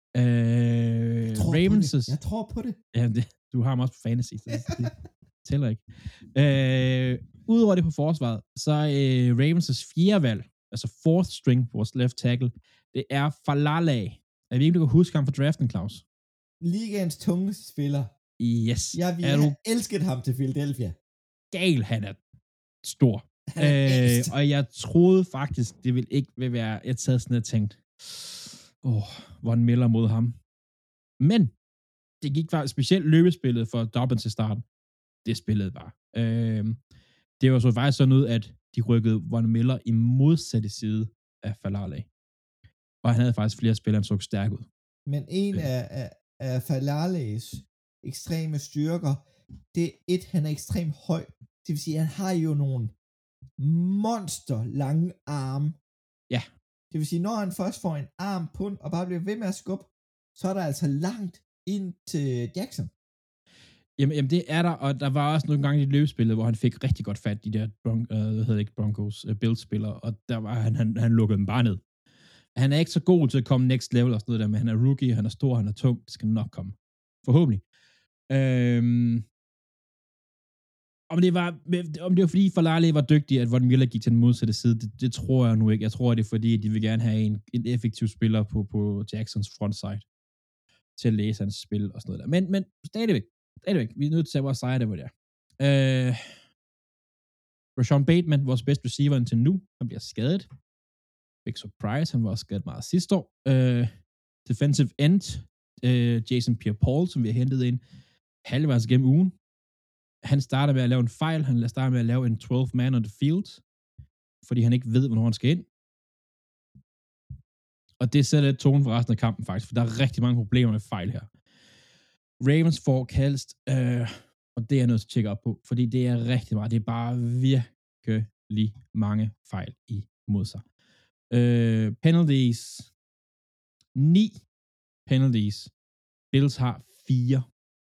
Jeg tror på det. Ja, du har ham også på fantasy, så det tæller ikke. Udover det på forsvaret, så er Ravens' fjerde valg, altså fourth string på vores left tackle, det er Falala. Jeg ved ikke, du kan huske ham fra draften, Claus. Ligaens tungeste spiller. Yes. Jeg ville have elsket ham til Philadelphia. Gal, han er stor. Og jeg troede faktisk, det ville ikke være, jeg sad sådan og tænkte, hvor en melder mod ham. Men det gik faktisk specielt løbespillet for Dobbins til starten. Det spillede bare. Det var så faktisk sådan ud, at de rykkede Von Miller i modsatte side af Falala. Og han havde faktisk flere spillere, han så stærk ud. Men en af Falalas ekstreme styrker, det er han er ekstremt høj. Det vil sige, han har jo nogle monster lange arme. Ja. Det vil sige, når han først får en arm på og bare bliver ved med at skubbe, så er der altså langt ind til Jackson. Jamen det er der, og der var også nogle gange i løbespillet, hvor han fik rigtig godt fat i de der Broncos Bills-spillere, og der var han lukkede dem bare ned. Han er ikke så god til at komme next level og sådan noget der, men han er rookie, han er stor, han er tung, det skal nok komme. Forhåbentlig. Om det var fordi Falala var dygtig, at Von Miller gik til den modsatte side, det tror jeg nu ikke. Jeg tror, det er fordi, de vil gerne have en effektiv spiller på Jacksons frontside til at læse hans spil og sådan noget der. Men stadigvæk, vi er nødt til at tage vores sejre der, hvor det er. Rashawn Bateman, vores bedste receiver indtil nu, han bliver skadet. Big surprise, han var også skadet meget sidste år. Defensive end, Jason Pierre-Paul, som vi har hentet ind halvvejs gennem ugen. Han starter med at lave en fejl. Han starter med at lave en 12 man on the field, fordi han ikke ved, hvornår han skal ind. Og det sætter lidt tonen for resten af kampen faktisk, for der er rigtig mange problemer med fejl her. Ravens får kaldt, og det er jeg nødt til at tjekke op på, fordi det er rigtig meget. Det er bare virkelig mange fejl imod sig. Penalties. 9 penalties. Bills har 4.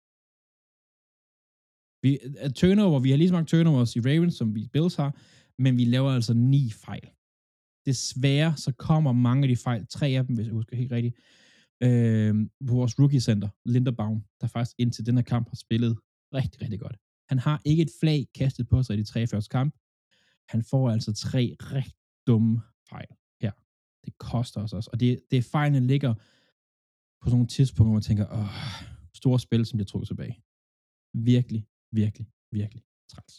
Turnover, vi har lige så mange turnovers i Ravens, som vi Bills har, men vi laver altså 9 fejl. Desværre så kommer mange af de fejl, 3 af dem, hvis jeg husker helt rigtigt, på vores rookie center, Linderbaum, der faktisk indtil den her kamp har spillet rigtig, rigtig godt. Han har ikke et flag kastet på sig i de 3 første kamp. Han får altså 3 rigtig dumme fejl her. Det koster os også. Og det er fejlene ligger på sådan nogle tidspunkter, hvor man tænker, store spil, som bliver trukket tilbage. Virkelig, virkelig, virkelig træls.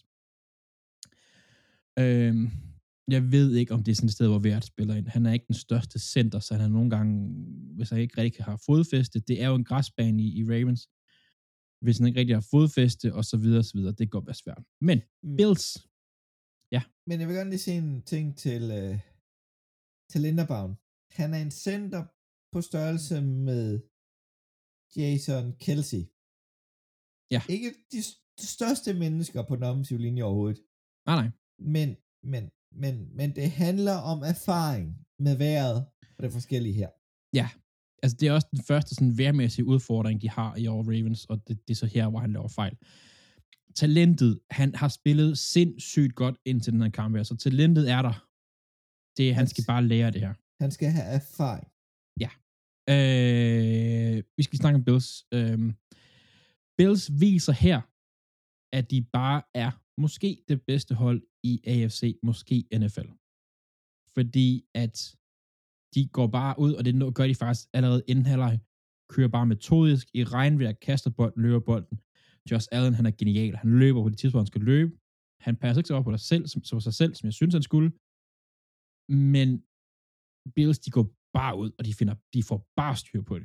Jeg ved ikke, om det er sådan et sted, hvor Vert spiller ind. Han er ikke den største center, så han er nogle gange, hvis han ikke rigtig har fodfæste, det er jo en græsbane i Ravens. Hvis han ikke rigtig har fodfæste, og så videre, så videre, det går være svært. Men Bills, ja. Men jeg vil gerne lige se en ting til Linderbaum. Han er en center på størrelse med Jason Kelce. Ja. Ikke de største mennesker på den offensive linje overhovedet. Nej. Men det handler om erfaring med vejret og det forskellige her. Ja, altså det er også den første sådan vejrmæssige udfordring, de har i år Ravens, og det er så her, hvor han laver fejl. Talentet, han har spillet sindssygt godt indtil den her kamp her, så talentet er der. Han skal bare lære det her. Han skal have erfaring. Ja. Vi skal snakke om Bills. Bills viser her, at de bare er måske det bedste hold i AFC, måske NFL. Fordi at de går bare ud, og det gør de faktisk allerede inden halvleg, kører bare metodisk i regnvejr, kaster bolden, løber bolden. Josh Allen, han er genial. Han løber på det tidspunkt, han skal løbe. Han passer ikke så op på sig selv, som jeg synes, han skulle. Men Bills, de går bare ud, og de får bare styr på det.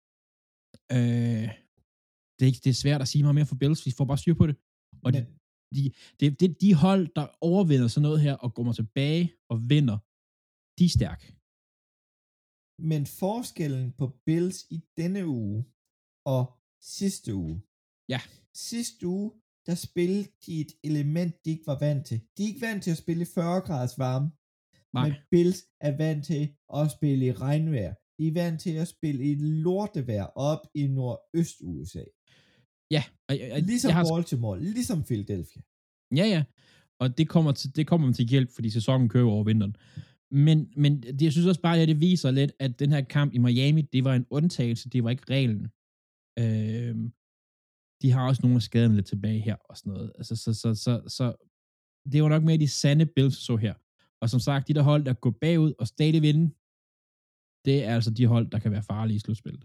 Det er svært at sige meget mere for Bills, de får bare styr på det. Og de hold, der overvinder sådan noget her, og går tilbage og vinder, de er stærke. Men forskellen på Bills i denne uge og sidste uge. Ja. Sidste uge, der spillede de et element, de ikke var vant til. De er ikke vant til at spille i 40 graders varme. Nej. Men Bills er vant til at spille i regnvejr. De er vant til at spille i lortevejr op i nordøst-USA. Ja. Ligesom Baltimore, ligesom Philadelphia. Ja. Og det kommer til hjælp, fordi sæsonen kører over vinteren. Men jeg synes også bare, at det viser lidt, at den her kamp i Miami, det var en undtagelse, det var ikke reglen. De har også nogle af skaderne lidt tilbage her og sådan noget. Altså, så det var nok mere de sande Bills så her. Og som sagt, de der hold, der går bagud og stadig vinde, det er altså de hold, der kan være farlige i slutspillet.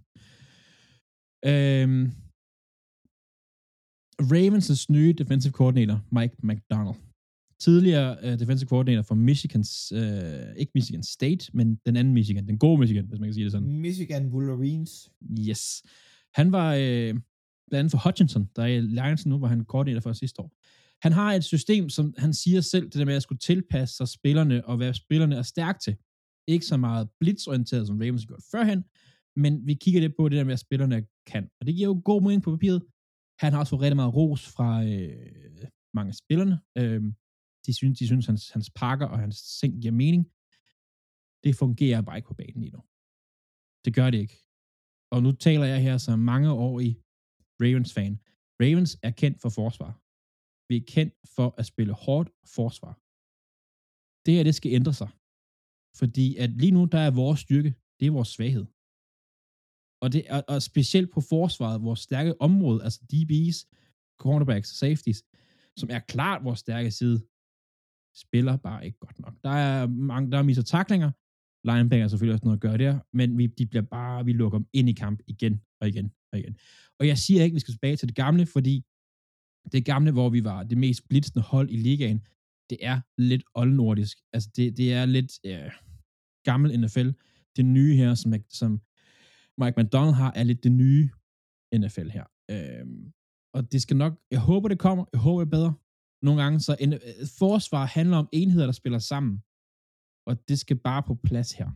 Ravens' nye defensive coordinator, Mike Macdonald. Tidligere defensive coordinator for ikke Michigan State, men den anden Michigan, den gode Michigan, hvis man kan sige det sådan. Michigan Wolverines. Yes. Han var blandt andet for Hutchinson, der er i Lions nu, var han koordinator for sidste år. Han har et system, som han siger selv, det der med at skulle tilpasse sig spillerne, og hvad spillerne er stærke til. Ikke så meget blitzorienteret, som Ravens har gjort førhen, men vi kigger lidt på det der med, at spillerne kan. Og det giver jo god mening på papiret. Han har også fået rigtig meget ros fra mange af spillerne. De synes hans pakker og hans ting giver mening. Det fungerer bare ikke på banen lige nu. Det gør det ikke. Og nu taler jeg her som mange år i Ravens-fan. Ravens er kendt for forsvar. Vi er kendt for at spille hårdt forsvar. Det her, det skal ændre sig. Fordi at lige nu, der er vores styrke, det er vores svaghed. Og specielt på forsvaret, vores stærke område, altså DB's, cornerbacks, safeties, som er klart vores stærke side, spiller bare ikke godt nok. Der er misser tacklinger, linebacker er selvfølgelig også noget at gøre der, men vi lukker dem ind i kamp igen og igen og igen. Og jeg siger ikke, at vi skal tilbage til det gamle, fordi det gamle, hvor vi var det mest blitzende hold i ligaen, det er lidt oldnordisk. Altså det er lidt gammel NFL. Det nye her, som Mike Macdonald har, er lidt det nye NFL her. Og det skal nok, jeg håber det kommer, jeg håber det er bedre. Nogle gange så forsvar handler om enheder, der spiller sammen. Og det skal bare på plads her.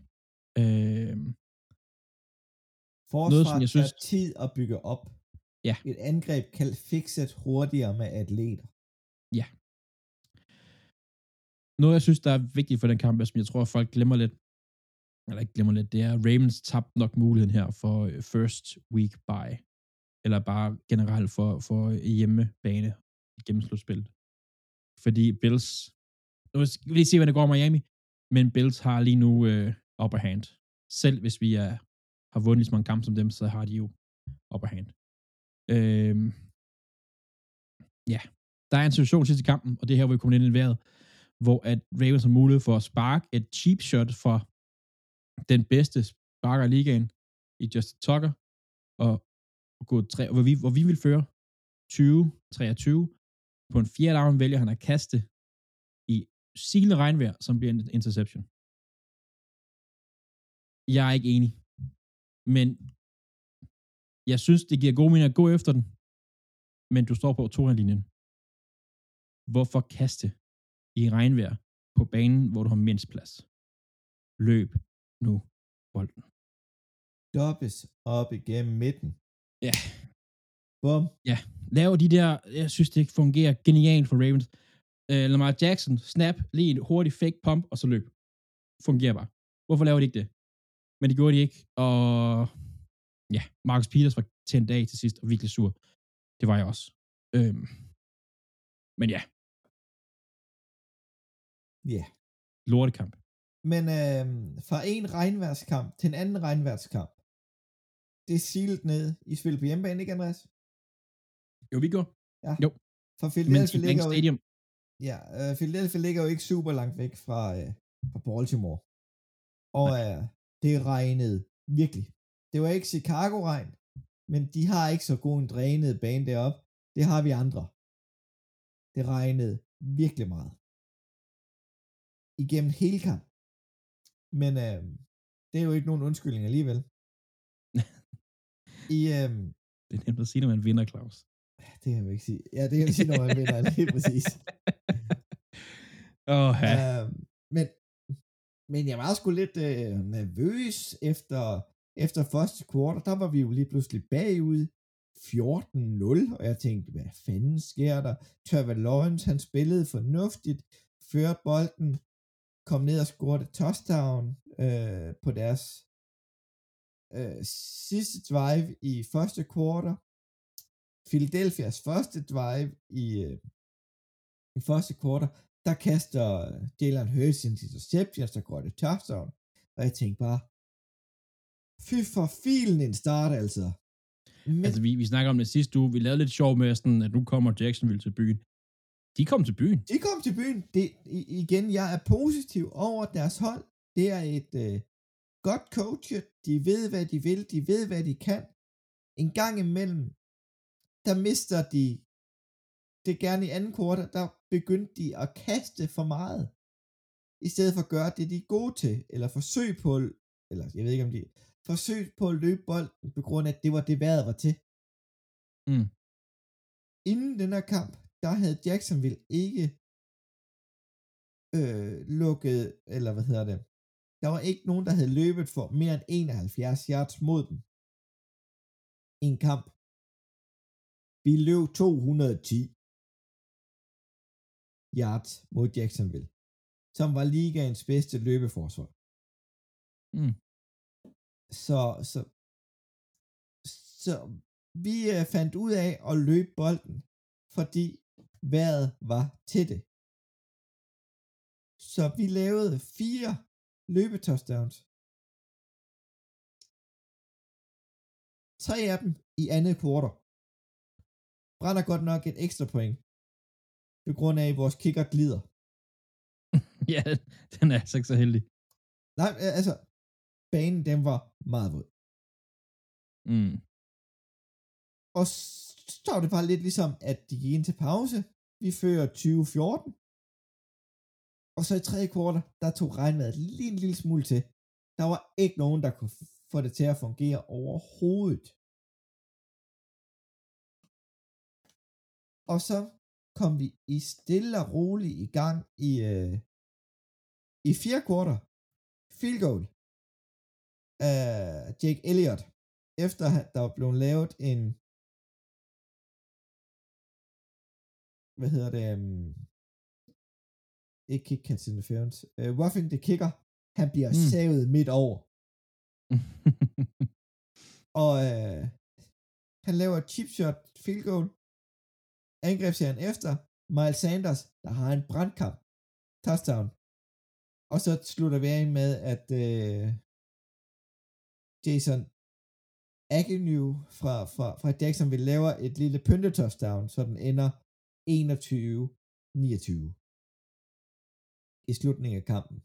Forsvar tager tid at bygge op. Ja. Et angreb kan fikset hurtigere med atleter. Ja. Noget, jeg synes, der er vigtigt for den kamp, som jeg tror, folk glemmer lidt, eller ikke glemmer lidt, det er, Ravens tabte nok muligheden her for first week bye. Eller bare generelt for hjemmebane i gennemslutspillet. Fordi Bills, nu skal vi lige se, hvad det går i Miami, men Bills har lige nu upper hand. Selv hvis vi har vundet lige så mange kampe som dem, så har de jo upper hand. Ja, der er en situation sidste kampen, og det her, hvor vi kommer ind i vejret, hvor at Ravens har mulighed for at sparke et cheap shot for den bedste sparker i ligaen i Justin Tucker, og gå 3, hvor vi vil føre 20-23. På en fjerde down vælger han at kaste i silende regnvejr, som bliver en interception. Jeg er ikke enig. Men jeg synes, det giver god mening at gå efter den, men du står på 2-linjen. Hvorfor kaste i regnvejr på banen, hvor du har mindst plads? Løb nu bolden. Dobbes op igennem midten. Ja. Bum. Ja. Lav de der, jeg synes, det fungerer genialt for Ravens. Lamar Jackson, snap, lige en hurtig fake pump, og så løb. Fungerer bare. Hvorfor laver de ikke det? Men det gjorde de ikke, og ja, Marcus Peters var tændt af til sidst, og virkelig sur. Det var jeg også. Men ja. Ja. Lortekamp. Men fra en regnværskamp til en anden regnværskamp, det er silet ned. I spiller på hjemmebane, ikke Andreas? Jo, vi går. Ja. Jo. For Philadelphia ligger Stadium. Philadelphia ligger jo ikke super langt væk fra Baltimore. Og det regnede virkelig. Det var ikke Chicago-regn, men de har ikke så god en drænet bane deroppe. Det har vi andre. Det regnede virkelig meget. Igennem hele kampen. Men det er jo ikke nogen undskyldning alligevel. Det er nemt at sige, når man vinder, Claus. Det kan man ikke sige. Ja, det kan man sige, når man vinder. Helt præcis. Men jeg var sgu lidt nervøs efter første kvartal. Der var vi jo lige pludselig bagud 14-0, og jeg tænkte, hvad fanden sker der? Trevor Lawrence, han spillede fornuftigt, førte bolden, kom ned og scorede touchdown på deres sidste drive i første kvartal. Philadelphias første drive i første kvartal, der kaster Jalen Hurts sin interceptions, der går det touchdown, og jeg tænkte bare, fy for filen en start, altså. Men, altså, vi snakker om det sidste uge, vi lavede lidt sjov med sådan, at nu kommer Jacksonville til byen. De kom til byen. Igen, jeg er positiv over deres hold. Det er et godt coachet, de ved, hvad de vil, de ved, hvad de kan. En gang imellem, der mister de det gerne i anden kvartal, der begyndte de at kaste for meget, i stedet for at gøre det, de er gode til, eller jeg ved ikke om de forsøg på at løbe bolden, på grund af, at det var det vejret var til. Inden den her kamp, der havde Jacksonville ikke lukket, eller der var ikke nogen, der havde løbet for mere end 71 yards mod dem. I en kamp. Vi løb 210 yards mod Jacksonville, som var ligaens bedste løbeforsvar. Så vi fandt ud af at løbe bolden, fordi vejret var til det. Så vi lavede 4 løbetouchdowns. 3 af dem i andet kvartal. Brænder godt nok et ekstra point, på grund af, at vores kicker glider. Ja, den er altså ikke så heldig. Nej, altså, banen, den var meget våd. Og så var det bare lidt ligesom, at de gik ind til pause. Vi fører 2014. Og så i tredje kvartal, der tog regnvejret lige en lille smule til. Der var ikke nogen, der kunne få det til at fungere overhovedet. Og så kom vi i stille og roligt i gang i fjerde kvartal. Field goal. Jake Elliott, efter der var blevet lavet en ikke kick catch interference, roughing the kicker, han bliver savet midt over. Og han laver et chip shot field goal, angrebsserien efter, Miles Sanders, der har en brandkamp, touchdown, og så slutter vi af med, at Jason Agnew fra Jacksonville laver et lille pyntetouchdown, så den ender 21-29 i slutningen af kampen.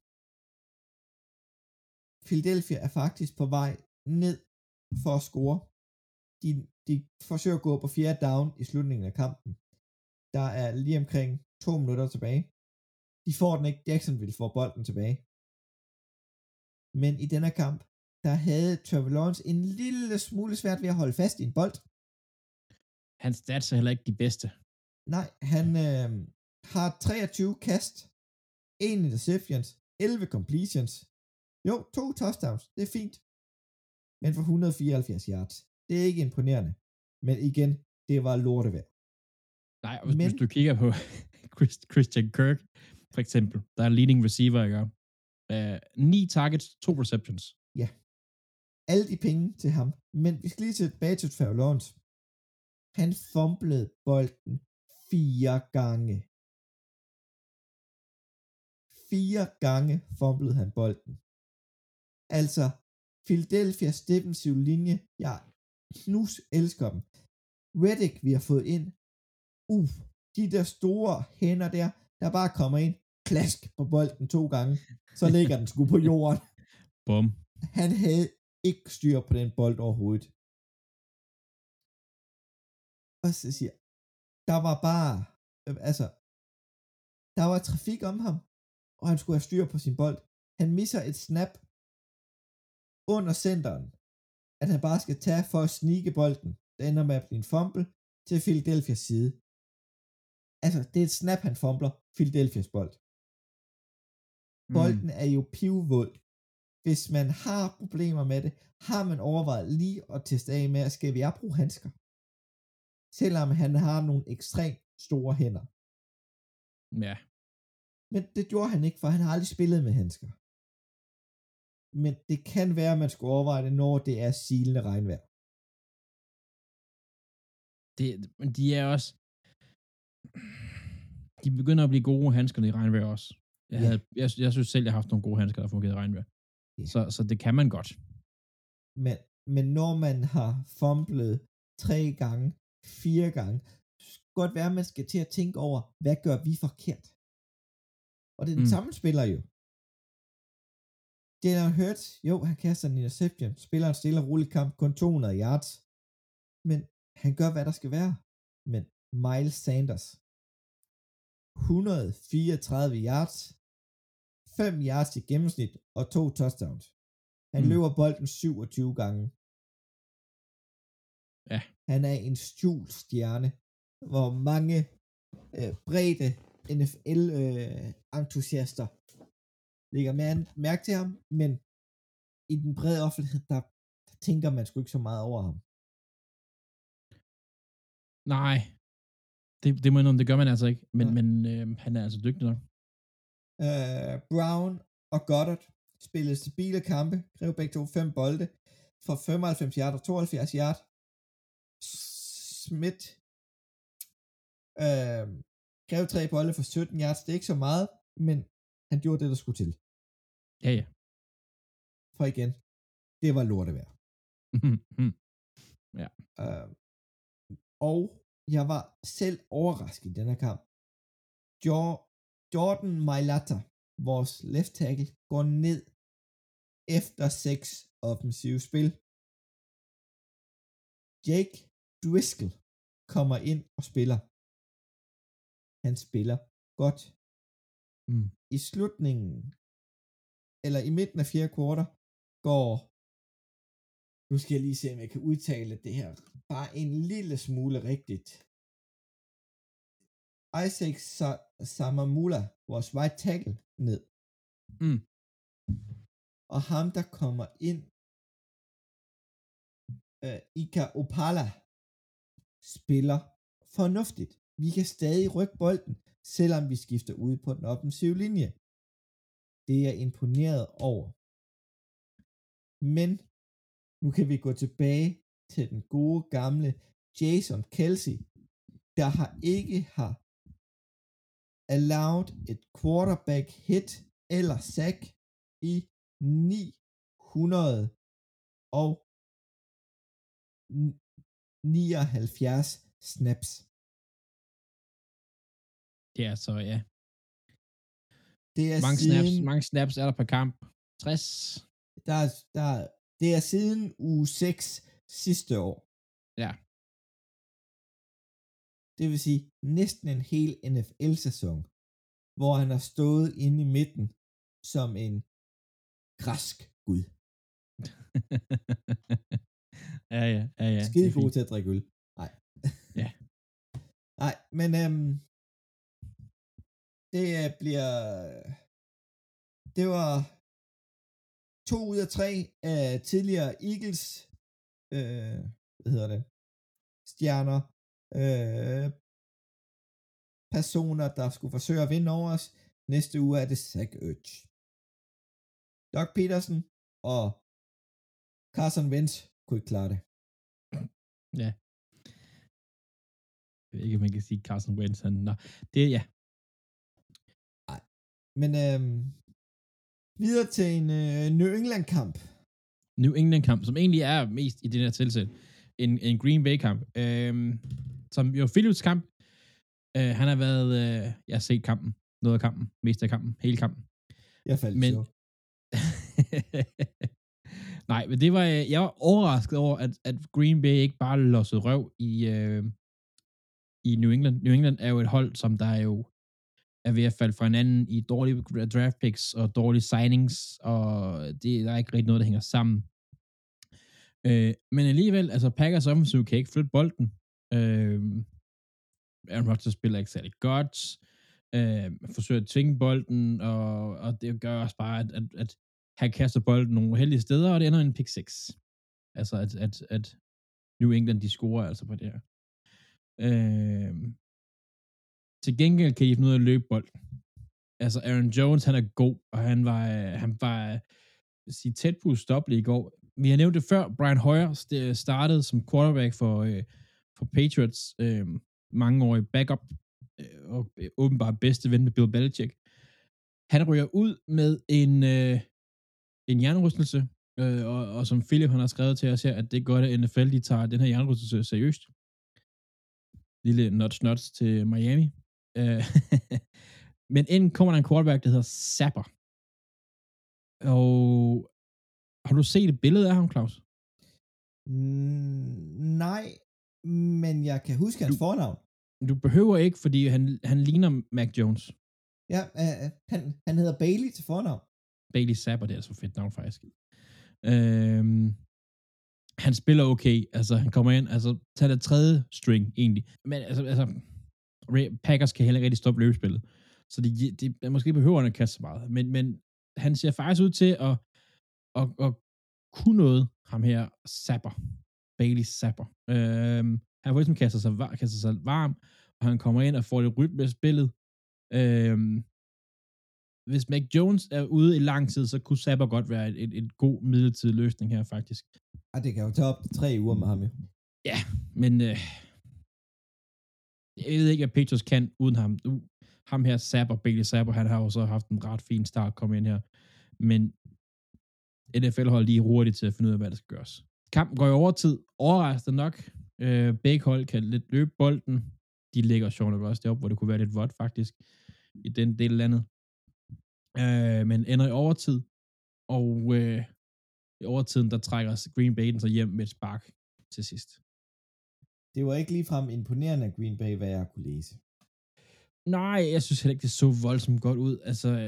Philadelphia er faktisk på vej ned for at score. De forsøger at gå på fjerde down i slutningen af kampen. Der er lige omkring 2 minutter tilbage. De får den ikke. Jacksonville får bolden tilbage. Men i denne kamp, der havde Trevor Lawrence en lille smule svært ved at holde fast i en bold. Hans stats er heller ikke de bedste. Nej, han har 23 kast, 1 interceptions, 11 completions. Jo, 2 touchdowns, det er fint. Men for 174 yards. Det er ikke imponerende. Men igen, det var lortevejr. Nej, hvis du kigger på Christian Kirk, for eksempel, der er leading receiver, ikke? 9 targets, 2 receptions. Ja. Alle de penge til ham. Men vi skal lige tilbage til Trevor Lawrence. Han fumblede bolden 4 gange. 4 gange fumblede han bolden. Altså, Philadelphia's defensive linje, jeg knus elsker dem. Reddick, vi har fået ind. De der store hænder der bare kommer ind, klask på bolden 2 gange, så ligger den sgu på jorden. Bum. han havde ikke styr på den bold overhovedet. Og så siger der var bare, der var trafik om ham, og han skulle have styr på sin bold. Han misser et snap under centeren, at han bare skal tage for at snige bolden. Det ender med at blive en fumble til Philadelphia's side. Altså, det er et snap, han fumbler Philadelphia's bold. Bolden er jo pivvåd. Hvis man har problemer med det, har man overvejet lige at teste af med, at skal jeg bruge handsker? Selvom han har nogle ekstremt store hænder. Ja. Men det gjorde han ikke, for han har aldrig spillet med handsker. Men det kan være, at man skal overveje det, når det er silende regnvejr. Men de er også... De begynder at blive gode handsker i regnvejr også. Jeg synes selv, jeg har haft nogle gode handsker, der fungerede i regnvejr. Ja. Så det kan man godt. Men når man har fumblet 3 gange, 4 gange, så kan det godt være, at man skal til at tænke over, hvad gør vi forkert? Og det er den samme spiller jo. Jalen Hurts, jo, han kaster en interception, spiller en stille og rolig kamp, kun 200 yards, men han gør, hvad der skal være. Men Miles Sanders, 134 yards, 5 yards i gennemsnit og 2 touchdowns. Han løber bolden 27 gange. Ja. Han er en skjult stjerne, hvor mange brede NFL-entusiaster lægger mærke til ham, men i den brede offentlighed, der tænker man sgu ikke så meget over ham. Nej, det gør man altså ikke, men han er altså dygtig nok. Brown og Goddard spillede stabile kampe, grev begge to 5 bolde for 95 yard og 72 yard. Smith grev 3 bolde for 17 yards, det er ikke så meget, men han gjorde det, der skulle til. Ja. For igen, det var lortevejr. Ja. Og jeg var selv overrasket i denne kamp. Jordan Mailata, vores left tackle, går ned efter 6 offensive spil. Jake Driscoll kommer ind og spiller. Han spiller godt. I slutningen, eller i midten af 4. kvartal, går, nu skal jeg lige se, om jeg kan udtale det her, bare en lille smule rigtigt. Isaac Samamula, vores right tackle, ned. Og ham, der kommer ind, Ika Opala, spiller fornuftigt. Vi kan stadig rykke bolden, selvom vi skifter ud på den offensive linje. Det er jeg imponeret over. Men nu kan vi gå tilbage til den gode gamle Jason Kelce, der ikke har allowed et quarterback hit eller sack i 979 snaps. Det er så, ja. Det er mange snaps er der per kamp? 60? Det er siden uge 6 sidste år. Ja. Det vil sige næsten en hel NFL-sæson, hvor han har stået inde i midten som en græsk gud. ja. Skide god til at drikke øl. Nej. Ja. Nej, men det var 2 ud af 3 af tidligere Eagles stjerner, personer, der skulle forsøge at vinde over os. Næste uge er det Zach Ertz. Doug Peterson og Carson Wentz kunne ikke klare det. Ja. Jeg ved ikke, om man kan sige Carson Wentz. Det er ja. Nej. Men videre til en New England-kamp. New England-kamp, som egentlig er mest i det her tilsæt. En Green Bay-kamp. Som jo Phillips kamp. Han har været... jeg har set kampen. Noget af kampen. Mest af kampen. Hele kampen. Jeg faldt men, Nej, men det var, jeg var overrasket over, at Green Bay ikke bare lossede røv i New England. New England er jo et hold, som der er jo er ved at falde fra hinanden i dårlige draft picks og dårlige signings, og der er ikke rigtig noget, der hænger sammen. Men alligevel, altså Packers offensive kan ikke flytte bolden. Aaron Rodgers spiller ikke særlig godt. Forsøger at tvinge bolden, og det gør også bare, at han kaster bolden nogle uheldige steder, og det ender i en pick 6. Altså, at New England, de scorer altså på det her. Til gengæld kan de finde ud af at løbe bolden. Altså, Aaron Jones, han er god, og han var tæt på stoppelig i går. Vi har nævnt det før, Brian Hoyer startede som quarterback for Patriots, mangeårig backup, og åbenbart bedste ven med Bill Belichick. Han ryger ud med en hjernerystelse, og som Philip han har skrevet til os her, at det er godt, at NFL de tager den her hjernerystelse seriøst. Lille nuts til Miami. Men inden kommer der en quarterback, der hedder Zapper. Og har du set et billede af ham, Claus? Nej, men jeg kan huske hans fornavn. Du behøver ikke, fordi han ligner Mac Jones. Ja, han hedder Bailey til fornavn. Bailey Zapper, det er så fedt navn faktisk. Han spiller okay, altså han kommer ind, altså tager det tredje string egentlig. Men altså Packers kan heller ikke rigtig stoppe løbespillet. Så det måske behøver han at kaste så meget. Men han ser faktisk ud til at kunne noget, ham her Zapper. Bailey Zapper. Han får ligesom kaster sig varm, og han kommer ind og får lidt rytme i spillet. Hvis Mac Jones er ude i lang tid, så kunne Zapper godt være et god midlertidig løsning her, faktisk. Det kan jo tage op til 3 uger med ham, jo. Ja, men jeg ved ikke, hvad Patriots kan uden ham. Ham her Zapper, Bailey Zapper, han har jo så haft en ret fin start komme ind her. Men NFL-hold lige hurtigt til at finde ud af, hvad der skal gøres. Kampen går i overtid. Overraskende nok. Begge hold kan lidt løbe bolden. De ligger sjovt nok også deroppe, hvor det kunne være lidt vådt faktisk i den del af landet. Men ender i overtid. Og i overtiden, der trækker Green Bay den så hjem med et spark til sidst. Det var ikke ligefrem imponerende af Green Bay, hvad jeg kunne læse. Nej, jeg synes heller ikke, det så voldsomt godt ud.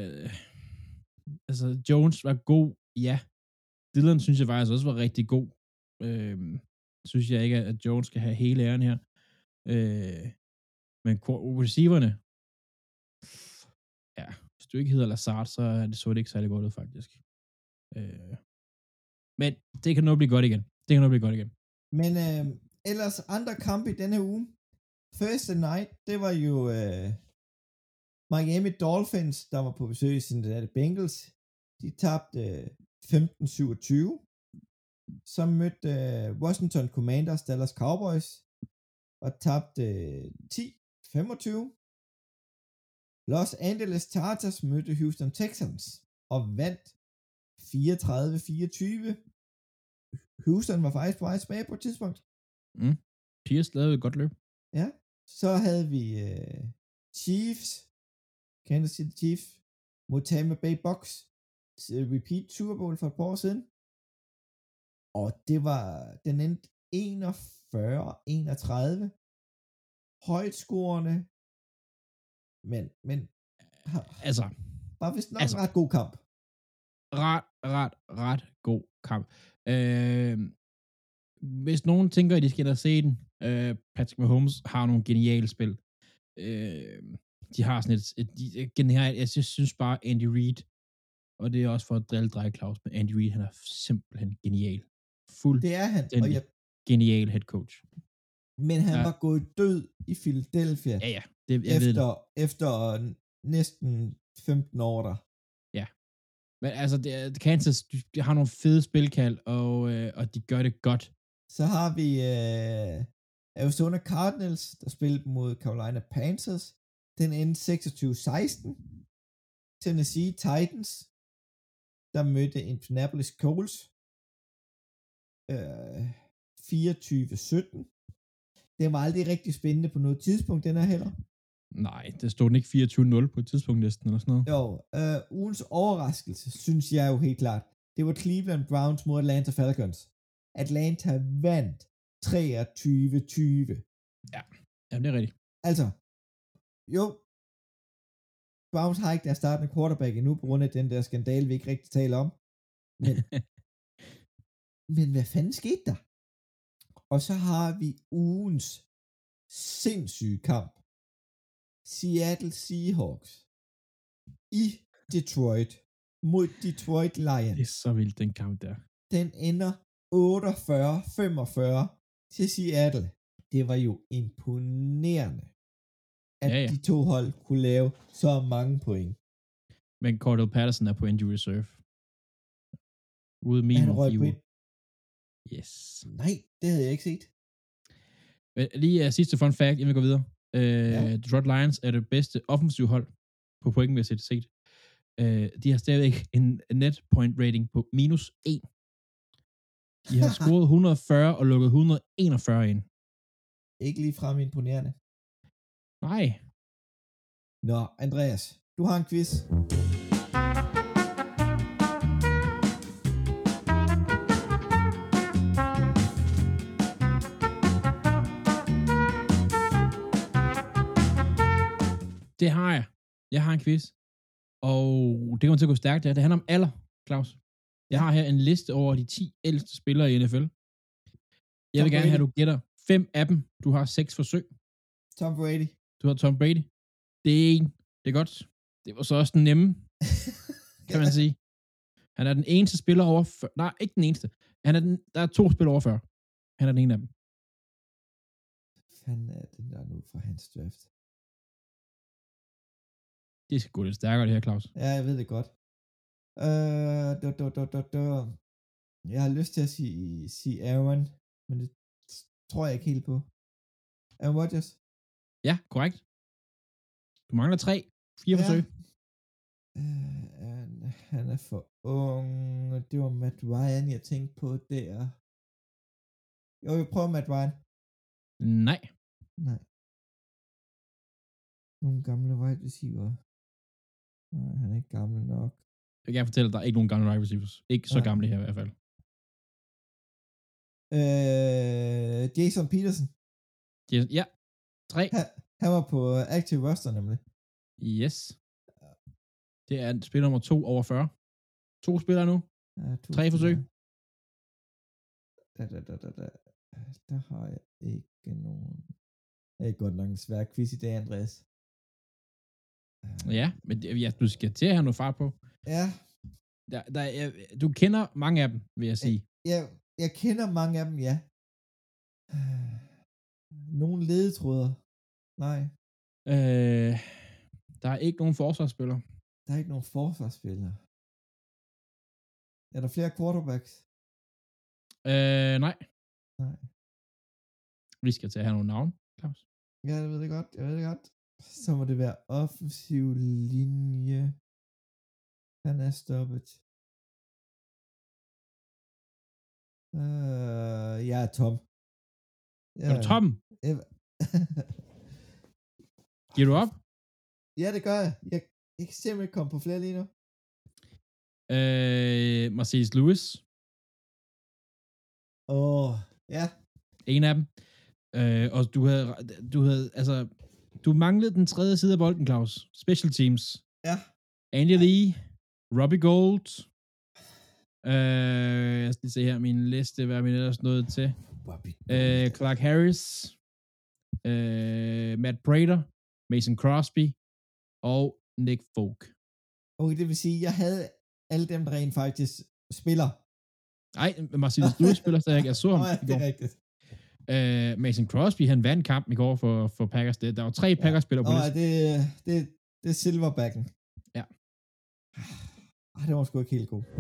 Altså Jones var god, ja. Dillon synes jeg faktisk også var rigtig god. Synes jeg ikke, at Jones skal have hele æren her. Men receiverne, ja, hvis du ikke hedder Lazard, så det ikke særlig godt ud, faktisk. Men det kan nok blive godt igen. Men ellers andre kampe i denne uge. Thursday night, det var jo Miami Dolphins, der var på besøg i Cincinnati Bengals. De tabte 15-27. Så mødte Washington Commanders Dallas Cowboys og tabte 10-25. Los Angeles Chargers mødte Houston Texans og vandt 34-24. Houston var faktisk på vej tilbage på et tidspunkt. Pierce lavede et godt løb. Ja, så havde vi Chiefs, Kansas City Chiefs, mod Tampa Bay Bucks, repeat Super Bowl for et par år siden. Og det var, den endte 41-31. Højt scorende. Men altså, bare vist nok en ret god kamp. Ret god kamp. Hvis nogen tænker, at de skal ind og se den, Patrick Mahomes har nogle geniale spil. De har sådan et genialt, jeg synes bare Andy Reid, og det er også for at drille dig, Claus, men Andy Reid, han er simpelthen genial. Det er han, og genial head coach. Men han var gået død i Philadelphia. Ja. Efter næsten 15 år der. Ja. Men altså, Kansas, de har nogle fede spilkald, og de gør det godt. Så har vi Arizona Cardinals, der spillede mod Carolina Panthers. Den endte 26-16. Tennessee Titans, der mødte Indianapolis Colts 24-17. Det var aldrig rigtig spændende på noget tidspunkt, den her heller. Nej, det stod den ikke 24-0 på et tidspunkt næsten, eller sådan noget. Jo, ugens overraskelse, synes jeg jo helt klart, Det var Cleveland Browns mod Atlanta Falcons. Atlanta vandt 23-20. Ja, det er rigtigt. Altså, jo, Browns har ikke deres startende quarterback endnu, på grund af den der skandale, vi ikke rigtig taler om. Men hvad fanden skete der? Og så har vi ugens sindssyge kamp. Seattle Seahawks i Detroit mod Detroit Lions. Det er så vildt, den kamp der. Den ender 48-45 til Seattle. Det var jo imponerende, at de to hold kunne lave så mange point. Men Cordell Patterson er på injury reserve. Ude minimum 4 uger. Yes. Nej, det havde jeg ikke set. Lige sidste fun fact, inden vi går videre. Detroit Lions er det bedste offensive hold på pointmæssigt set. De har stadigvæk en net point rating på -1. De har scoret 140 og lukket 141 ind. Ikke lige frem imponerende. Nej. Nå, Andreas, du har en quiz. Det har jeg. Jeg har en quiz. Og det kommer til at gå stærkt. Det handler om alder, Claus. Jeg har her en liste over de 10 ældste spillere i NFL. Jeg vil gerne have, at du gætter 5 af dem. Du har 6 forsøg. Tom Brady. Du har Tom Brady. Det er en. Det er godt. Det var så også den nemme, kan man sige. Han er den eneste spiller over 40. Nej, ikke den eneste. Der er 2 spillere over 40. Han er den ene af dem. Fanden er den der nu fra hans draft? Det skal gå lidt stærkere, det her, Claus. Ja, jeg ved det godt. Jeg har lyst til at sige Aaron, men det tror jeg ikke helt på. Aaron Rodgers? Ja, korrekt. Du mangler 3. 4 forsøg. Han er for ung. Det var Matt Ryan, jeg tænkte på der. Jo, vi prøver Matt Ryan. Nej. Nogle gamle wide receiver. Nej, han er ikke gammel nok. Jeg kan gerne fortælle, at der er ikke nogen gamle wide receivers. Ikke så gamle her i hvert fald. Jason Peterson. Ja. 3. Han var på active roster nemlig. Yes. Det er spiller nummer 2 over 40. 2 spillere nu. 3 forsøg. Der har jeg ikke nogen. Det er godt nok en svær quiz i dag, Andreas. Ja, men du skal til at have noget fart på. Ja. Du kender mange af dem, vil jeg sige. Jeg kender mange af dem, ja. Nogle ledetråder. Nej. Der er ikke nogen forsvarsspillere. Der er ikke nogen forsvarsspillere. Er der flere quarterbacks? Nej. Vi skal til at have nogle navn, Claus. Ja, jeg ved det godt. Så må det være offensiv linje. Han er stoppet. Jeg er Tom. Er du Tom? Giver du op? Ja, det gør jeg. Jeg kan simpelthen ikke komme på flere lige nu. Marcellus Lewis. Ja. En af dem. Og du havde, altså, du manglede den tredje side af bolden, Claus. Special teams. Ja. Andy Lee, Robbie Gould. Jeg skal lige se her min liste, hvad er min ellers nået til. Clark Harris, Matt Prater, Mason Crosby og Nick Folk. Okay, det vil sige, jeg havde alle dem, der rent faktisk spiller. Nej, Marcellus Lewis spiller stadig. Jeg så ham i går. Det er rigtigt. Mason Crosby, han vandt kampen i går for Packers. Der var 3 Packers-spillere på listen. Det er silverbacken. Ja. Det var sgu ikke helt god.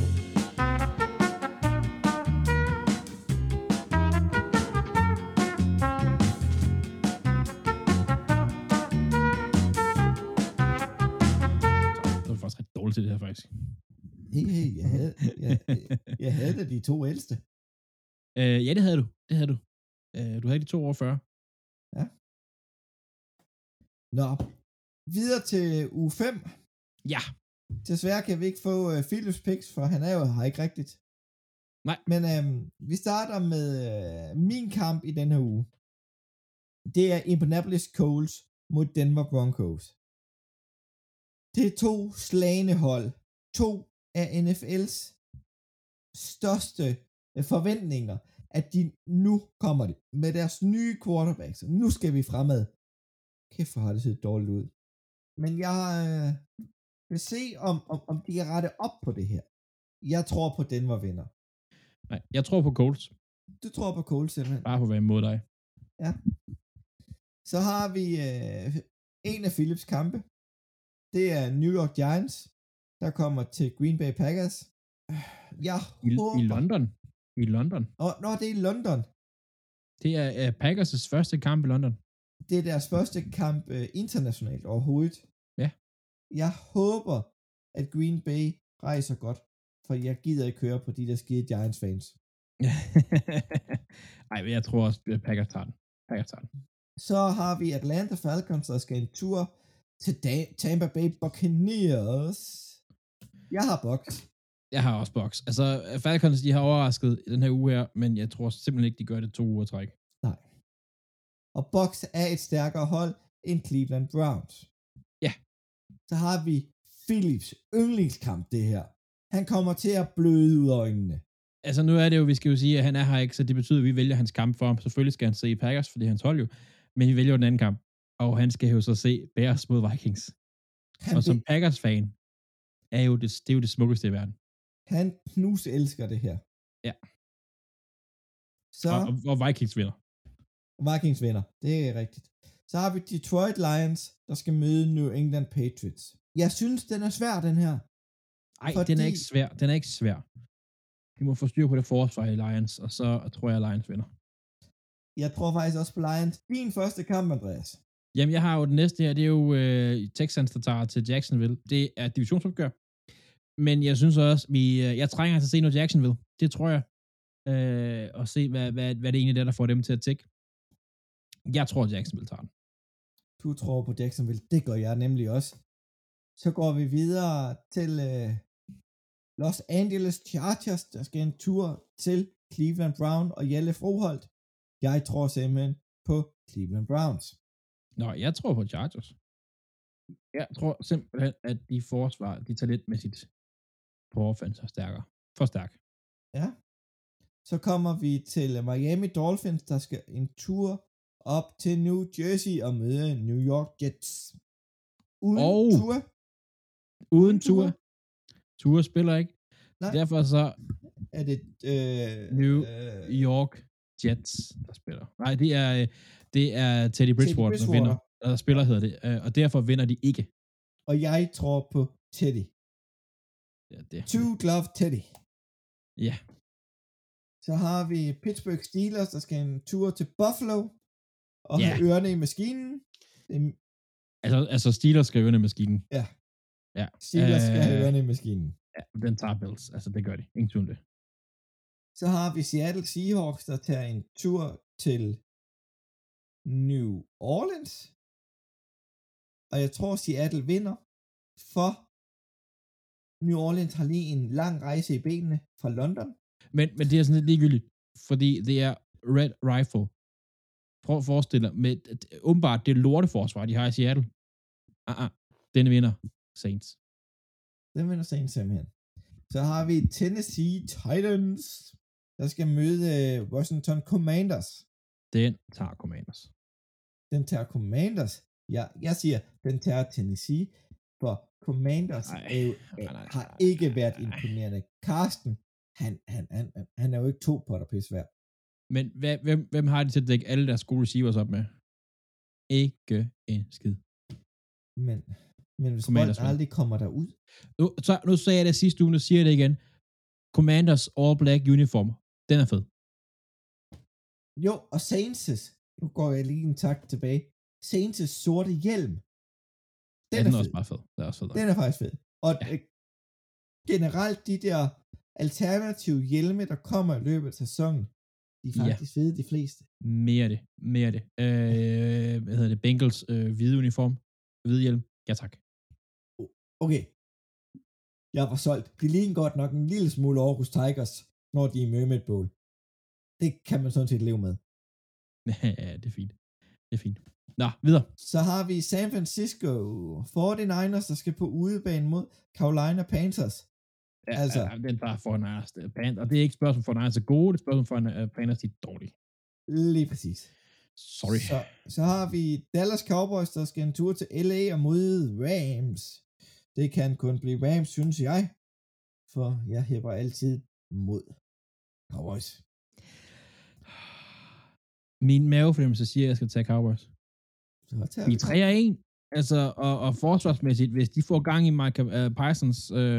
Det var faktisk ret dårligt til det her, faktisk. Hey, jeg havde da de 2 ældste. Ja, det havde du. Du havde de 2 over 40. Ja. Nå. Videre til uge 5. Ja, Desværre kan vi ikke få Philips picks, for han er jo her ikke rigtigt. Nej. Men vi starter med min kamp i denne uge. Det er Indianapolis Colts mod Denver Broncos. Det er to slagne hold. To af NFL's største forventninger, at de nu kommer det med deres nye quarterbacks. Nu skal vi fremad. Kæft, hvor har det set dårligt ud. Men jeg vil se, om de kan rette op på det her. Jeg tror på Denver vinder. Nej, jeg tror på Colts. Du tror på Colts, simpelthen? Bare for at være imod dig. Ja. Så har vi en af Philips kampe. Det er New York Giants, der kommer til Green Bay Packers. Jeg håber... I London. I London. Nå, det er i London. Det er Packers' første kamp i London. Det er deres første kamp internationalt overhovedet. Ja. Jeg håber, at Green Bay rejser godt, for jeg gider ikke køre på de der skide Giants-fans. Ej, men jeg tror også, at Packers tager den. Så har vi Atlanta Falcons, der skal en tur til Tampa Bay Buccaneers. Jeg har Bucs. Jeg har også Bucs. Altså, Falcons, de har overrasket i den her uge her, men jeg tror simpelthen ikke, de gør det 2 uger træk. Nej. Og Bucs er et stærkere hold end Cleveland Browns. Ja. Så har vi Philips yndlingskamp, det her. Han kommer til at bløde ud af øjnene. Altså, nu er det jo, vi skal jo sige, at han er her ikke, så det betyder, at vi vælger hans kamp for ham. Selvfølgelig skal han se Packers, for det er hans hold jo, men vi vælger jo den anden kamp. Og han skal jo så se Bears mod Vikings. Og som Packers-fan er jo det er jo det smukkeste i verden. Han elsker det her. Ja. Så, og Vikings vinder. Vikings vinder, det er rigtigt. Så har vi Detroit Lions, der skal møde New England Patriots. Jeg synes, den er svær, den her. Nej, den er ikke svær. Den er ikke svær. De må få styr på det forsvar i Lions, og så tror jeg, Lions vinder. Jeg tror faktisk også på Lions. Din første kamp, Andreas. Jamen, jeg har jo den næste her, det er jo Texans, der tager til Jacksonville. Det er et divisionsopgør. Men jeg synes også, jeg trænger til at se noget Jacksonville. Det tror jeg. Og se, hvad det egentlig er, der får dem til at tække. Jeg tror, Jacksonville tager den. Du tror på Jacksonville. Det gør jeg nemlig også. Så går vi videre til Los Angeles Chargers, der skal en tur til Cleveland Brown og Jelle Froholt. Jeg tror simpelthen på Cleveland Browns. Nå, jeg tror på Chargers. Jeg tror simpelthen, at de forsvar, de talentmæssigt på offense er stærkere. For stærk. Ja. Så kommer vi til Miami Dolphins, der skal en tur op til New Jersey og møde New York Jets. Uden Tua. Tua spiller ikke. Nej. Derfor så er det New York Jets, der spiller. Nej, det er Teddy Bridgewater, der vinder. Der spiller, hedder det. Og derfor vinder de ikke. Og jeg tror på Teddy. Ja, det. Two glove Teddy. Ja. Så har vi Pittsburgh Steelers, der skal en tur til Buffalo og have ørerne i maskinen. Altså Steelers skal ørerne i maskinen. Ja. Steelers skal have ørerne i maskinen. Ja, den tager Bills. Altså, det gør de. Ingen tvivl om det. Så har vi Seattle Seahawks, der tager en tur til New Orleans. Og jeg tror, Seattle vinder, for New Orleans har lige en lang rejse i benene fra London. Men det er sådan lidt ligegyldigt, fordi det er Red Rifle. Prøv at forestille dig, med åbenbart det lorteforsvar, de har i Seattle. Den vinder Saints. Den vinder Saints simpelthen. Så har vi Tennessee Titans, der skal møde Washington Commanders. Den tager Commanders. Den tager Commanders. Ja, jeg siger, den tager Tennessee, for Commanders har ikke været imponerende. Carsten, han er jo ikke 2 potter pis værd. Men hvem har de til at dække alle deres gode receivers op med? Ikke en skid. Men hvis bolden aldrig kommer derud. Nu sagde jeg det sidste uge, nu siger jeg det igen. Commanders All Black uniform, den er fed. Jo, og Saints' nu går jeg lige en tak tilbage. Saints' sorte hjelm. Den er også bare fed. Den er faktisk fed. Og generelt de der alternative hjelme, der kommer i løbet af sæsonen, de er faktisk fede, de fleste. Mere det. Hvad hedder det? Bengals hvide uniform. Hvide hjelm. Ja, tak. Okay. Jeg var solgt. De ligner godt nok en lille smule Aarhus Tigers, når de er i Mermaid Bowl. Det kan man sådan set leve med. Ja, det er fint. Det er fint. Nå, videre. Så har vi San Francisco 49ers, der skal på udebane mod Carolina Panthers. Ja, altså, den der for Niners. Og det er ikke spørgsmål for Niners er gode, det er spørgsmål for Panthers, de er dårlige. Lige præcis. Sorry. Så har vi Dallas Cowboys, der skal en tur til LA og mod Rams. Det kan kun blive Rams, synes jeg. For jeg hæpper altid mod Cowboys. Min mavefornemmelse siger, at jeg skal tage Cowboys. Vi er 3-1. Altså, og forsvarsmæssigt, hvis de får gang i Micah Parsons,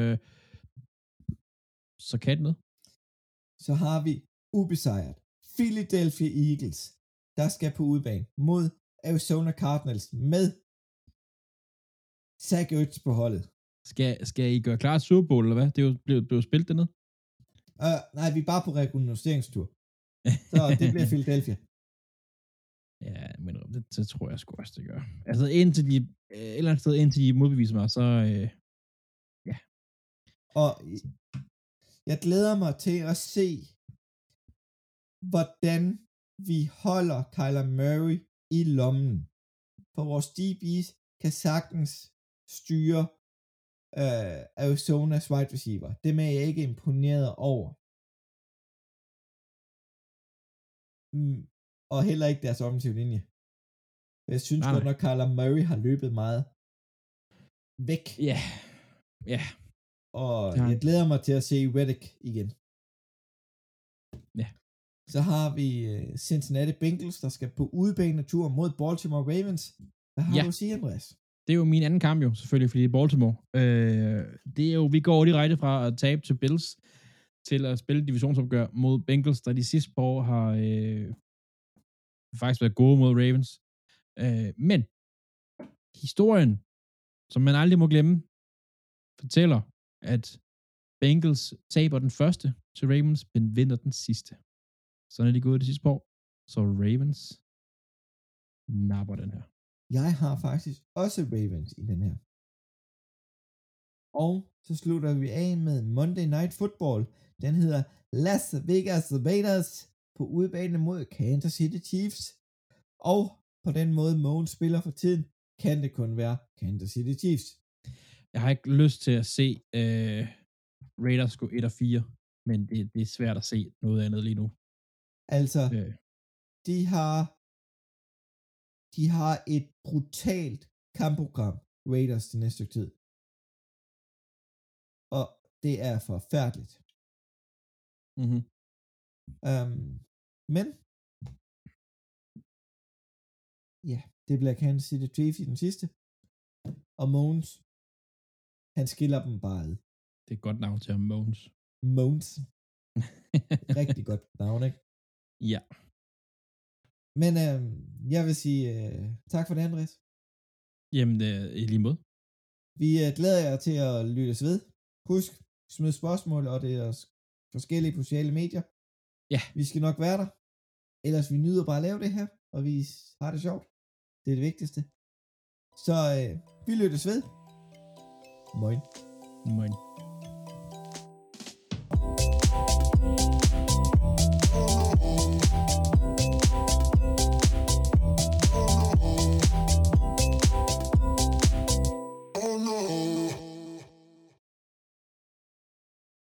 så kan det noget. Så har vi ubesejret Philadelphia Eagles, der skal på udebane mod Arizona Cardinals med Zach Ertz på holdet. Skal I gøre klar til Super Bowl, eller hvad? Det er jo blevet spillet dernede. Nej, vi er bare på rekognosceringstur. Så det bliver Philadelphia. Ja, men det tror jeg sgu også, det gør. Altså, indtil de, et eller andet sted, indtil de modbeviser mig, så ja. Og jeg glæder mig til at se, hvordan vi holder Kyler Murray i lommen. For vores DB's kan sagtens styre Arizonas wide receiver. Det er jeg ikke imponeret over. Og heller ikke deres offensive linje. Jeg synes godt nok, Kyler Murray har løbet meget væk. Ja. Ja. Og jeg glæder mig til at se Reddick igen. Ja. Så har vi Cincinnati Bengals, der skal på udebanetur mod Baltimore Ravens. Hvad har du at sige, Andreas? Det er jo min anden kamp jo, selvfølgelig, fordi det er Baltimore. Det er jo, vi går direkte fra at tabe til Bills, til at spille divisionsopgør mod Bengals, der de sidste par år har faktisk været gode mod Ravens. Men historien, som man aldrig må glemme, fortæller, at Bengals taber den første til Ravens, men vinder den sidste. Sådan er de gået det sidste par år. Så Ravens napper den her. Jeg har faktisk også Ravens i den her. Og så slutter vi af med Monday Night Football. Den hedder Las Vegas Raiders på udebane mod Kansas City Chiefs. Og på den måde, Mogens spiller for tiden, kan det kun være Kansas City Chiefs. Jeg har ikke lyst til at se Raiders gå 1-4, men det er svært at se noget andet lige nu. Altså, de har et brutalt kampprogram, Raiders, til næste stykke tid. Og det er forfærdeligt. Mm-hmm. Men ja, det bliver Kansas City Chiefs i den sidste. Og Mogens, han skiller dem bare ad. Det er et godt navn til ham, Mogens. Mogens. Rigtig godt navn, ikke? Ja. Men jeg vil sige tak for det, Andreas. Jamen, i lige måde. Vi glæder jer til at lyttes ved. Husk, smid spørgsmål, og det er forskellige sociale medier. Ja. Vi skal nok være der. Ellers vi nyder bare at lave det her, og vi har det sjovt. Det er det vigtigste. Så vi lyttes ved. Moin. Moin.